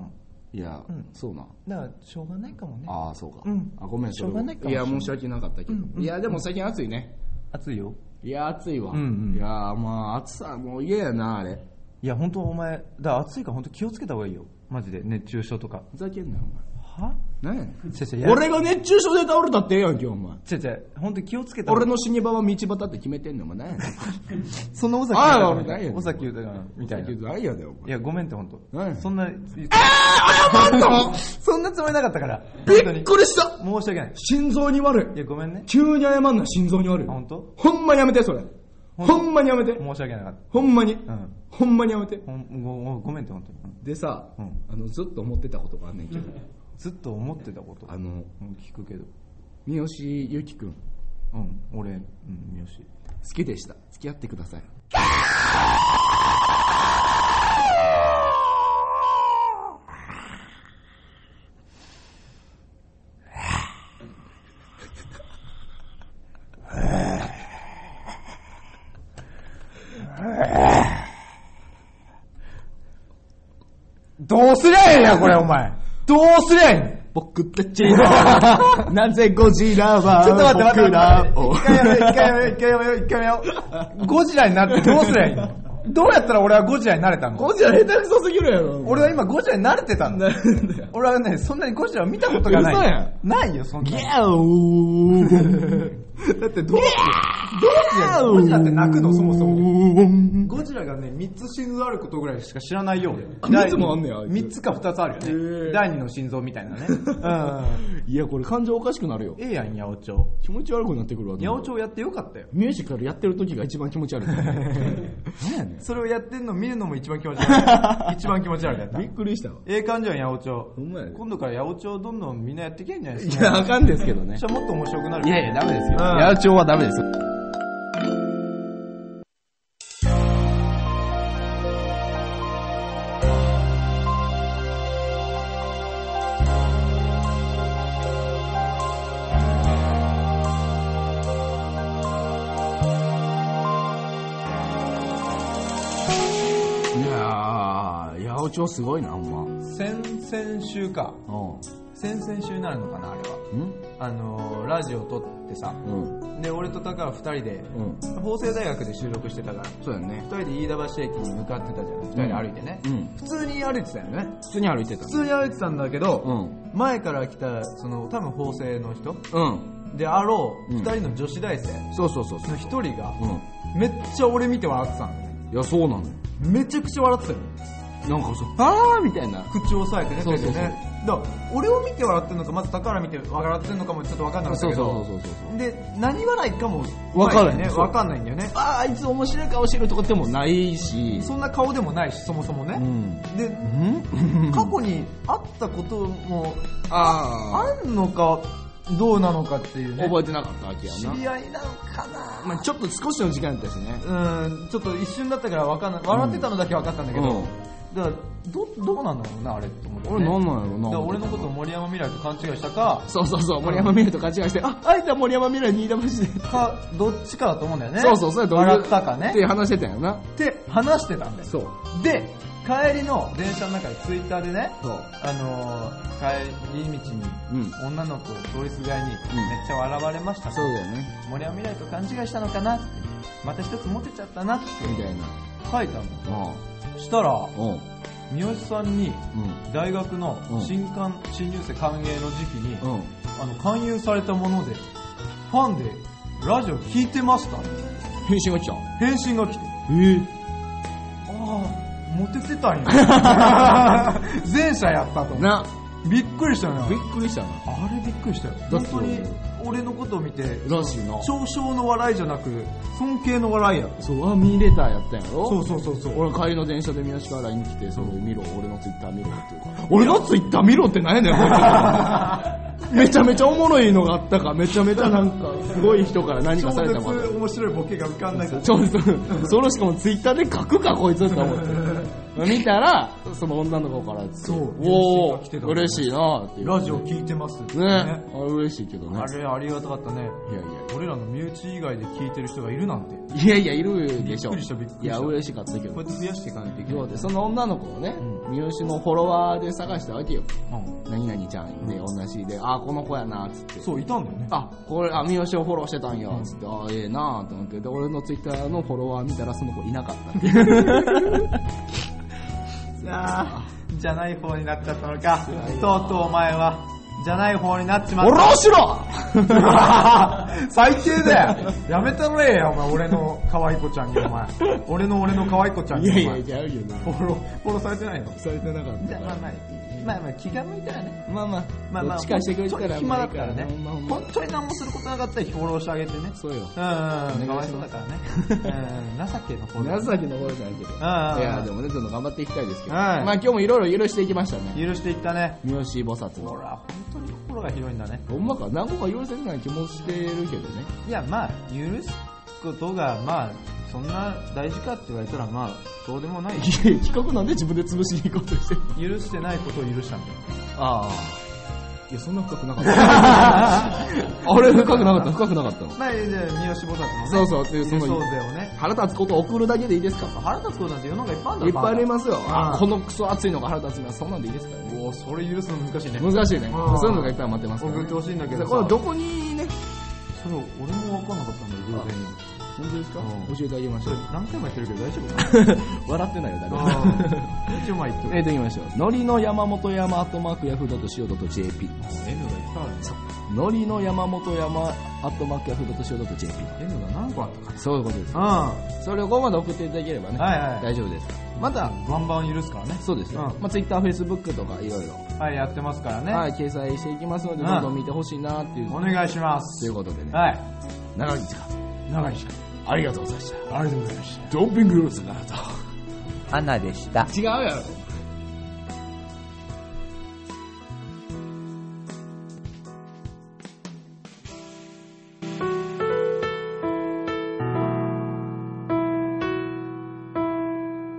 いや、うん、そうな。 だからしょうがないかもね。 ああ、そうか。 うん、 あ、ごめん、 しょうがないかも。 いや、申し訳なかったけど。うんうん、いや、でも最近暑いね。 暑いよ。 いや、暑いわ。 うんうん、 いや、まあ、暑さもう嫌やな、あれ。 いや、本当お前、だから暑いから本当気をつけた方がいいよ。マジで、熱中症とか。 ふざけんなよ、お前。 は何やねん。俺が熱中症で倒れたってええやんけ、お前。 違う違う、本当に気をつけた。 俺の死に場は道端って決めてんの、お前。何やねん。 そんな尾崎ああ、俺何やねん。 尾崎言うたかみたいな。 何やねん、お前。 いや、ごめんって本当。 何やそんな。えー、謝んのそんなつもりなかったから。 びっくりした。 申し訳ない。 心臓に悪い。 いや、ごめんね。 急に謝んな、心臓に悪い。 本当？ ほんまにやめて、それ。ほんまにやめて。 申し訳なかった。 ほんまに。 うん。 ほんまにやめて。 ほんご、ごめんって本当に。 でさ、 うん、 あの、ずっと思ってたことがあんねんけど。 ずっと思ってたことあの、 うん、聞くけど。 三好ゆきくん。 うん、俺、うん、三好。 好きでした。付き合ってください。 どうすりゃええんや、これ、お前。どうすりゃええん。 僕たちは、なぜゴジラは、 ちょっと待って待って待って。一回やめよう、一回やめよう、一回やめよう、一回やめよう。ゴジラになってどうすりゃいいの？どうやったら俺はゴジラになれたの？ ゴジラ下手くそすぎるやろ。 俺は今ゴジラに慣れてたんだ。俺はね、そんなにゴジラを見たことがない。 嘘やん。 ないよ、そんな。 ギャーだってどうしてゴジラって泣くのそもそも。ゴジラがね、みっつ心臓あることぐらいしか知らないよ。 みっつもあんねや。 みっつかふたつあるよね。だいにの心臓みたいなね。うん。 いや、これ感情おかしくなるよ。 ええやん、八百長。 気持ち悪くなってくるわ。 八百長やってよかったよ。 ミュージカルやってる時が一番気持ち悪い。何やねん。 それをやってんの見るのも一番気持ち悪い。一番気持ち悪い。 びっくりしたわ。 ええ感じやん、八百長。 ほんまやで。 今度から八百長どんどんみんなやってけんじゃないですか。 いや、あかんですけどね。 じゃあもっと面白くなる。 いやいや、ダメですよ。八百長はダメです。八百長すごいな、ほんま。 先々週か。 うん。 先々週になるのかな、あれは。んあのー、ラジオ撮ってさ。うん。で、俺と高は二人で、うん。法政大学で収録してたから。 そうだよね。 二人で飯田橋駅に向かってたじゃん。二人で歩いてね。うん。普通に歩いてたよね。 普通に歩いてた。 普通に歩いてたんだけど、うん。前から来た、その、多分法政の人うん。であろう、二人の女子大生。 そうそうそう。 の一人が、うん。めっちゃ俺見て笑ってたのね。 いや、そうなのよ。 めちゃくちゃ笑ってたよ。 なんかそう、あーみたいな。 口を押さえてね、 そうそうそう。 だから俺を見て笑ってるのか、まず高原見て笑ってるのかもちょっと分かんなかったけど、そうそうそうそう。で、何笑いかも分かんないね。分かんないんだよね。 あー、あいつ面白い顔してるとこでもないし。 そんな顔でもないし、そもそもね。うん、で、ん過去にあったことも、ああんのか、どうなのかっていうね。 覚えてなかったわけやな。 知り合いなのかな。 まあちょっと少しの時間だったしね。 うん、ちょっと一瞬だったから分かんない。笑ってたのだけ分かったんだけど、うん、だからどどうなんだろうなあれって思って、ね、 俺なんなんやろな。 だから俺のことを森山未来と勘違いしたか、 そうそうそう、森山未来と勘違いして、あ、あいつは森山未来に飯田橋でかどっちかだと思うんだよね。 そうそうそう、どう笑ったかねって話してたよな。 って話してたんだよ。 そうで帰りの電車の中でツイッターでね、 そうあのー、帰り道に女の子を通りすがりにめっちゃ笑われました、うん、 そうだよね。 森山未来と勘違いしたのかなって、また一つモテちゃったなってみたいな書いたの。したら三好さんに大学の新歓新入生歓迎の時期に、うん、あの勧誘されたものでファンでラジオ聞いてましたって返信が来た。 返信が来て、 えー、 ああモテてたんや前者やったとな。 びっくりしたな。 びっくりしたな。 あれびっくりしたよ。本当に俺のことを見てらしいな。 嘲笑の笑いじゃなく尊敬の笑いやった。 そう、あ、ミーレターやったんやろ。 そうそうそうそう。 俺帰りの電車で宮下から ライン 来て、それ見ろ、俺のツイッター見ろっていうか、俺のツイッター見ろって何やねんめちゃめちゃおもろいのがあったか、めちゃめちゃなんかすごい人から何かされたもん。 超絶面白いボケが浮かんないから。 ちょっとそのしかもツイッターで書くかこいつって思って見たら、 その女の子からそう、 おー嬉しいなってラジオ聞いてますってね。ね、あれ嬉しいけどね。 あれありがたかったね。いやいや、俺らの身内以外で聞いてる人がいるなんて。 いやいや、いるでしょ。 びっくりしたびっくりした。 いや、嬉しかったけど。 こうやって増やしていかないといけない。 その女の子をね、三好のフォロワーで探したわけよ。何々ちゃんで同じで、あ、この子やなっつって。 そう、いたんだよね。 あ、これ、あ、三好をフォローしてたんやつって、あ、ええなと思って、で、俺のツイッターのフォロワー見たらその子いなかったっていう。 さあ、じゃない方になっちゃったのか。とうとうお前は、じゃない方になっちまった。 下ろしろ最低だよ。やめたれよ、お前、俺の可愛い子ちゃんに、お前。俺の俺の可愛い子ちゃんに。 いやいやいや、あるよね。 フォロー、フォローされてないの？ されてなかった。 じゃあまあまあ、まあまあ気が向いたらね。 まあまあ、 まあまあ、 近いしてくれたら暇だったらね。本当に何もすることなかったらフォローしてあげてね。 そうよ。うん、 かわいそうだからね。うん、情けのフォロー。 情けのフォローじゃないけど。いや、でもね、どんどん頑張っていきたいですけど。まあ今日もいろいろ許していきましたね。 許していったね。 三好菩薩の。 ほら、本当に心が広いんだね。 ほんまか、何個か許せてない気もしてるけどね。 いや、まあ、許すことが、まあ、そんな大事かって言われたら、まあ、そうでもない。いや、 企画なんで自分で潰しに行こうとしてる。許してないことを許したんだよ。 ああ。いや、そんな深くなかった。あれ、深くなかった、深くなかったの。 まあ、じゃあ、三好菩薩のね。 そうそう、っていう、その、 そうぜをね。 腹立つことを送るだけでいいですか？ 腹立つことなんて世の中いっぱいあるんだいっぱいありますよ。あ、このクソ熱いのが腹立つのはそんなんでいいですからね。 お、それ許すの難しいね。 難しいね。そういうのがいっぱい待ってますから。 送ってほしいんだけど。 これどこにね、 それ俺も分かんなかったんだよ、偶然に。 本当ですか？教えてあげましょう。 何回も言ってるけど大丈夫？ 笑ってないよ、誰も。 一応まあ言ってる。えーと、言いましょう。のりの山本山アットマークヤフードットシーオードットジェーピー。 N がいっぱいあるんですよ。 のりの山本山アットマークヤフードットシーオードットジェーピー。 N が何個あったか。 そういうことです。 うん。 それをここまで送っていただければね。 はいはい。 大丈夫です。また、 バンバン許すからね。 そうですよ。まあ、Twitter、Facebook とかいろいろ。 はい、やってますからね。 はい、掲載していきますので、どんどん見てほしいなっていう。 お願いします。 ということでね。 はい。 長い時間。 長い時間。 ありがとうございました。 ありがとうございました。 ドンピングルーズがあなた。 アナでした。 違うやろ。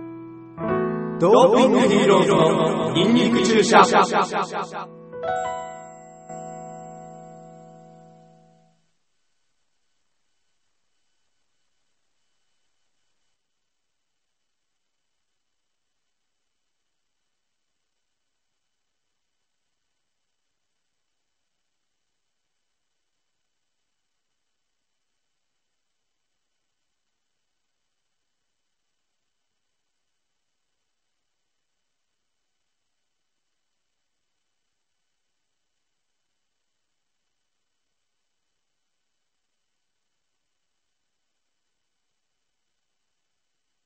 ドーピングヒーローズのニンニク注射。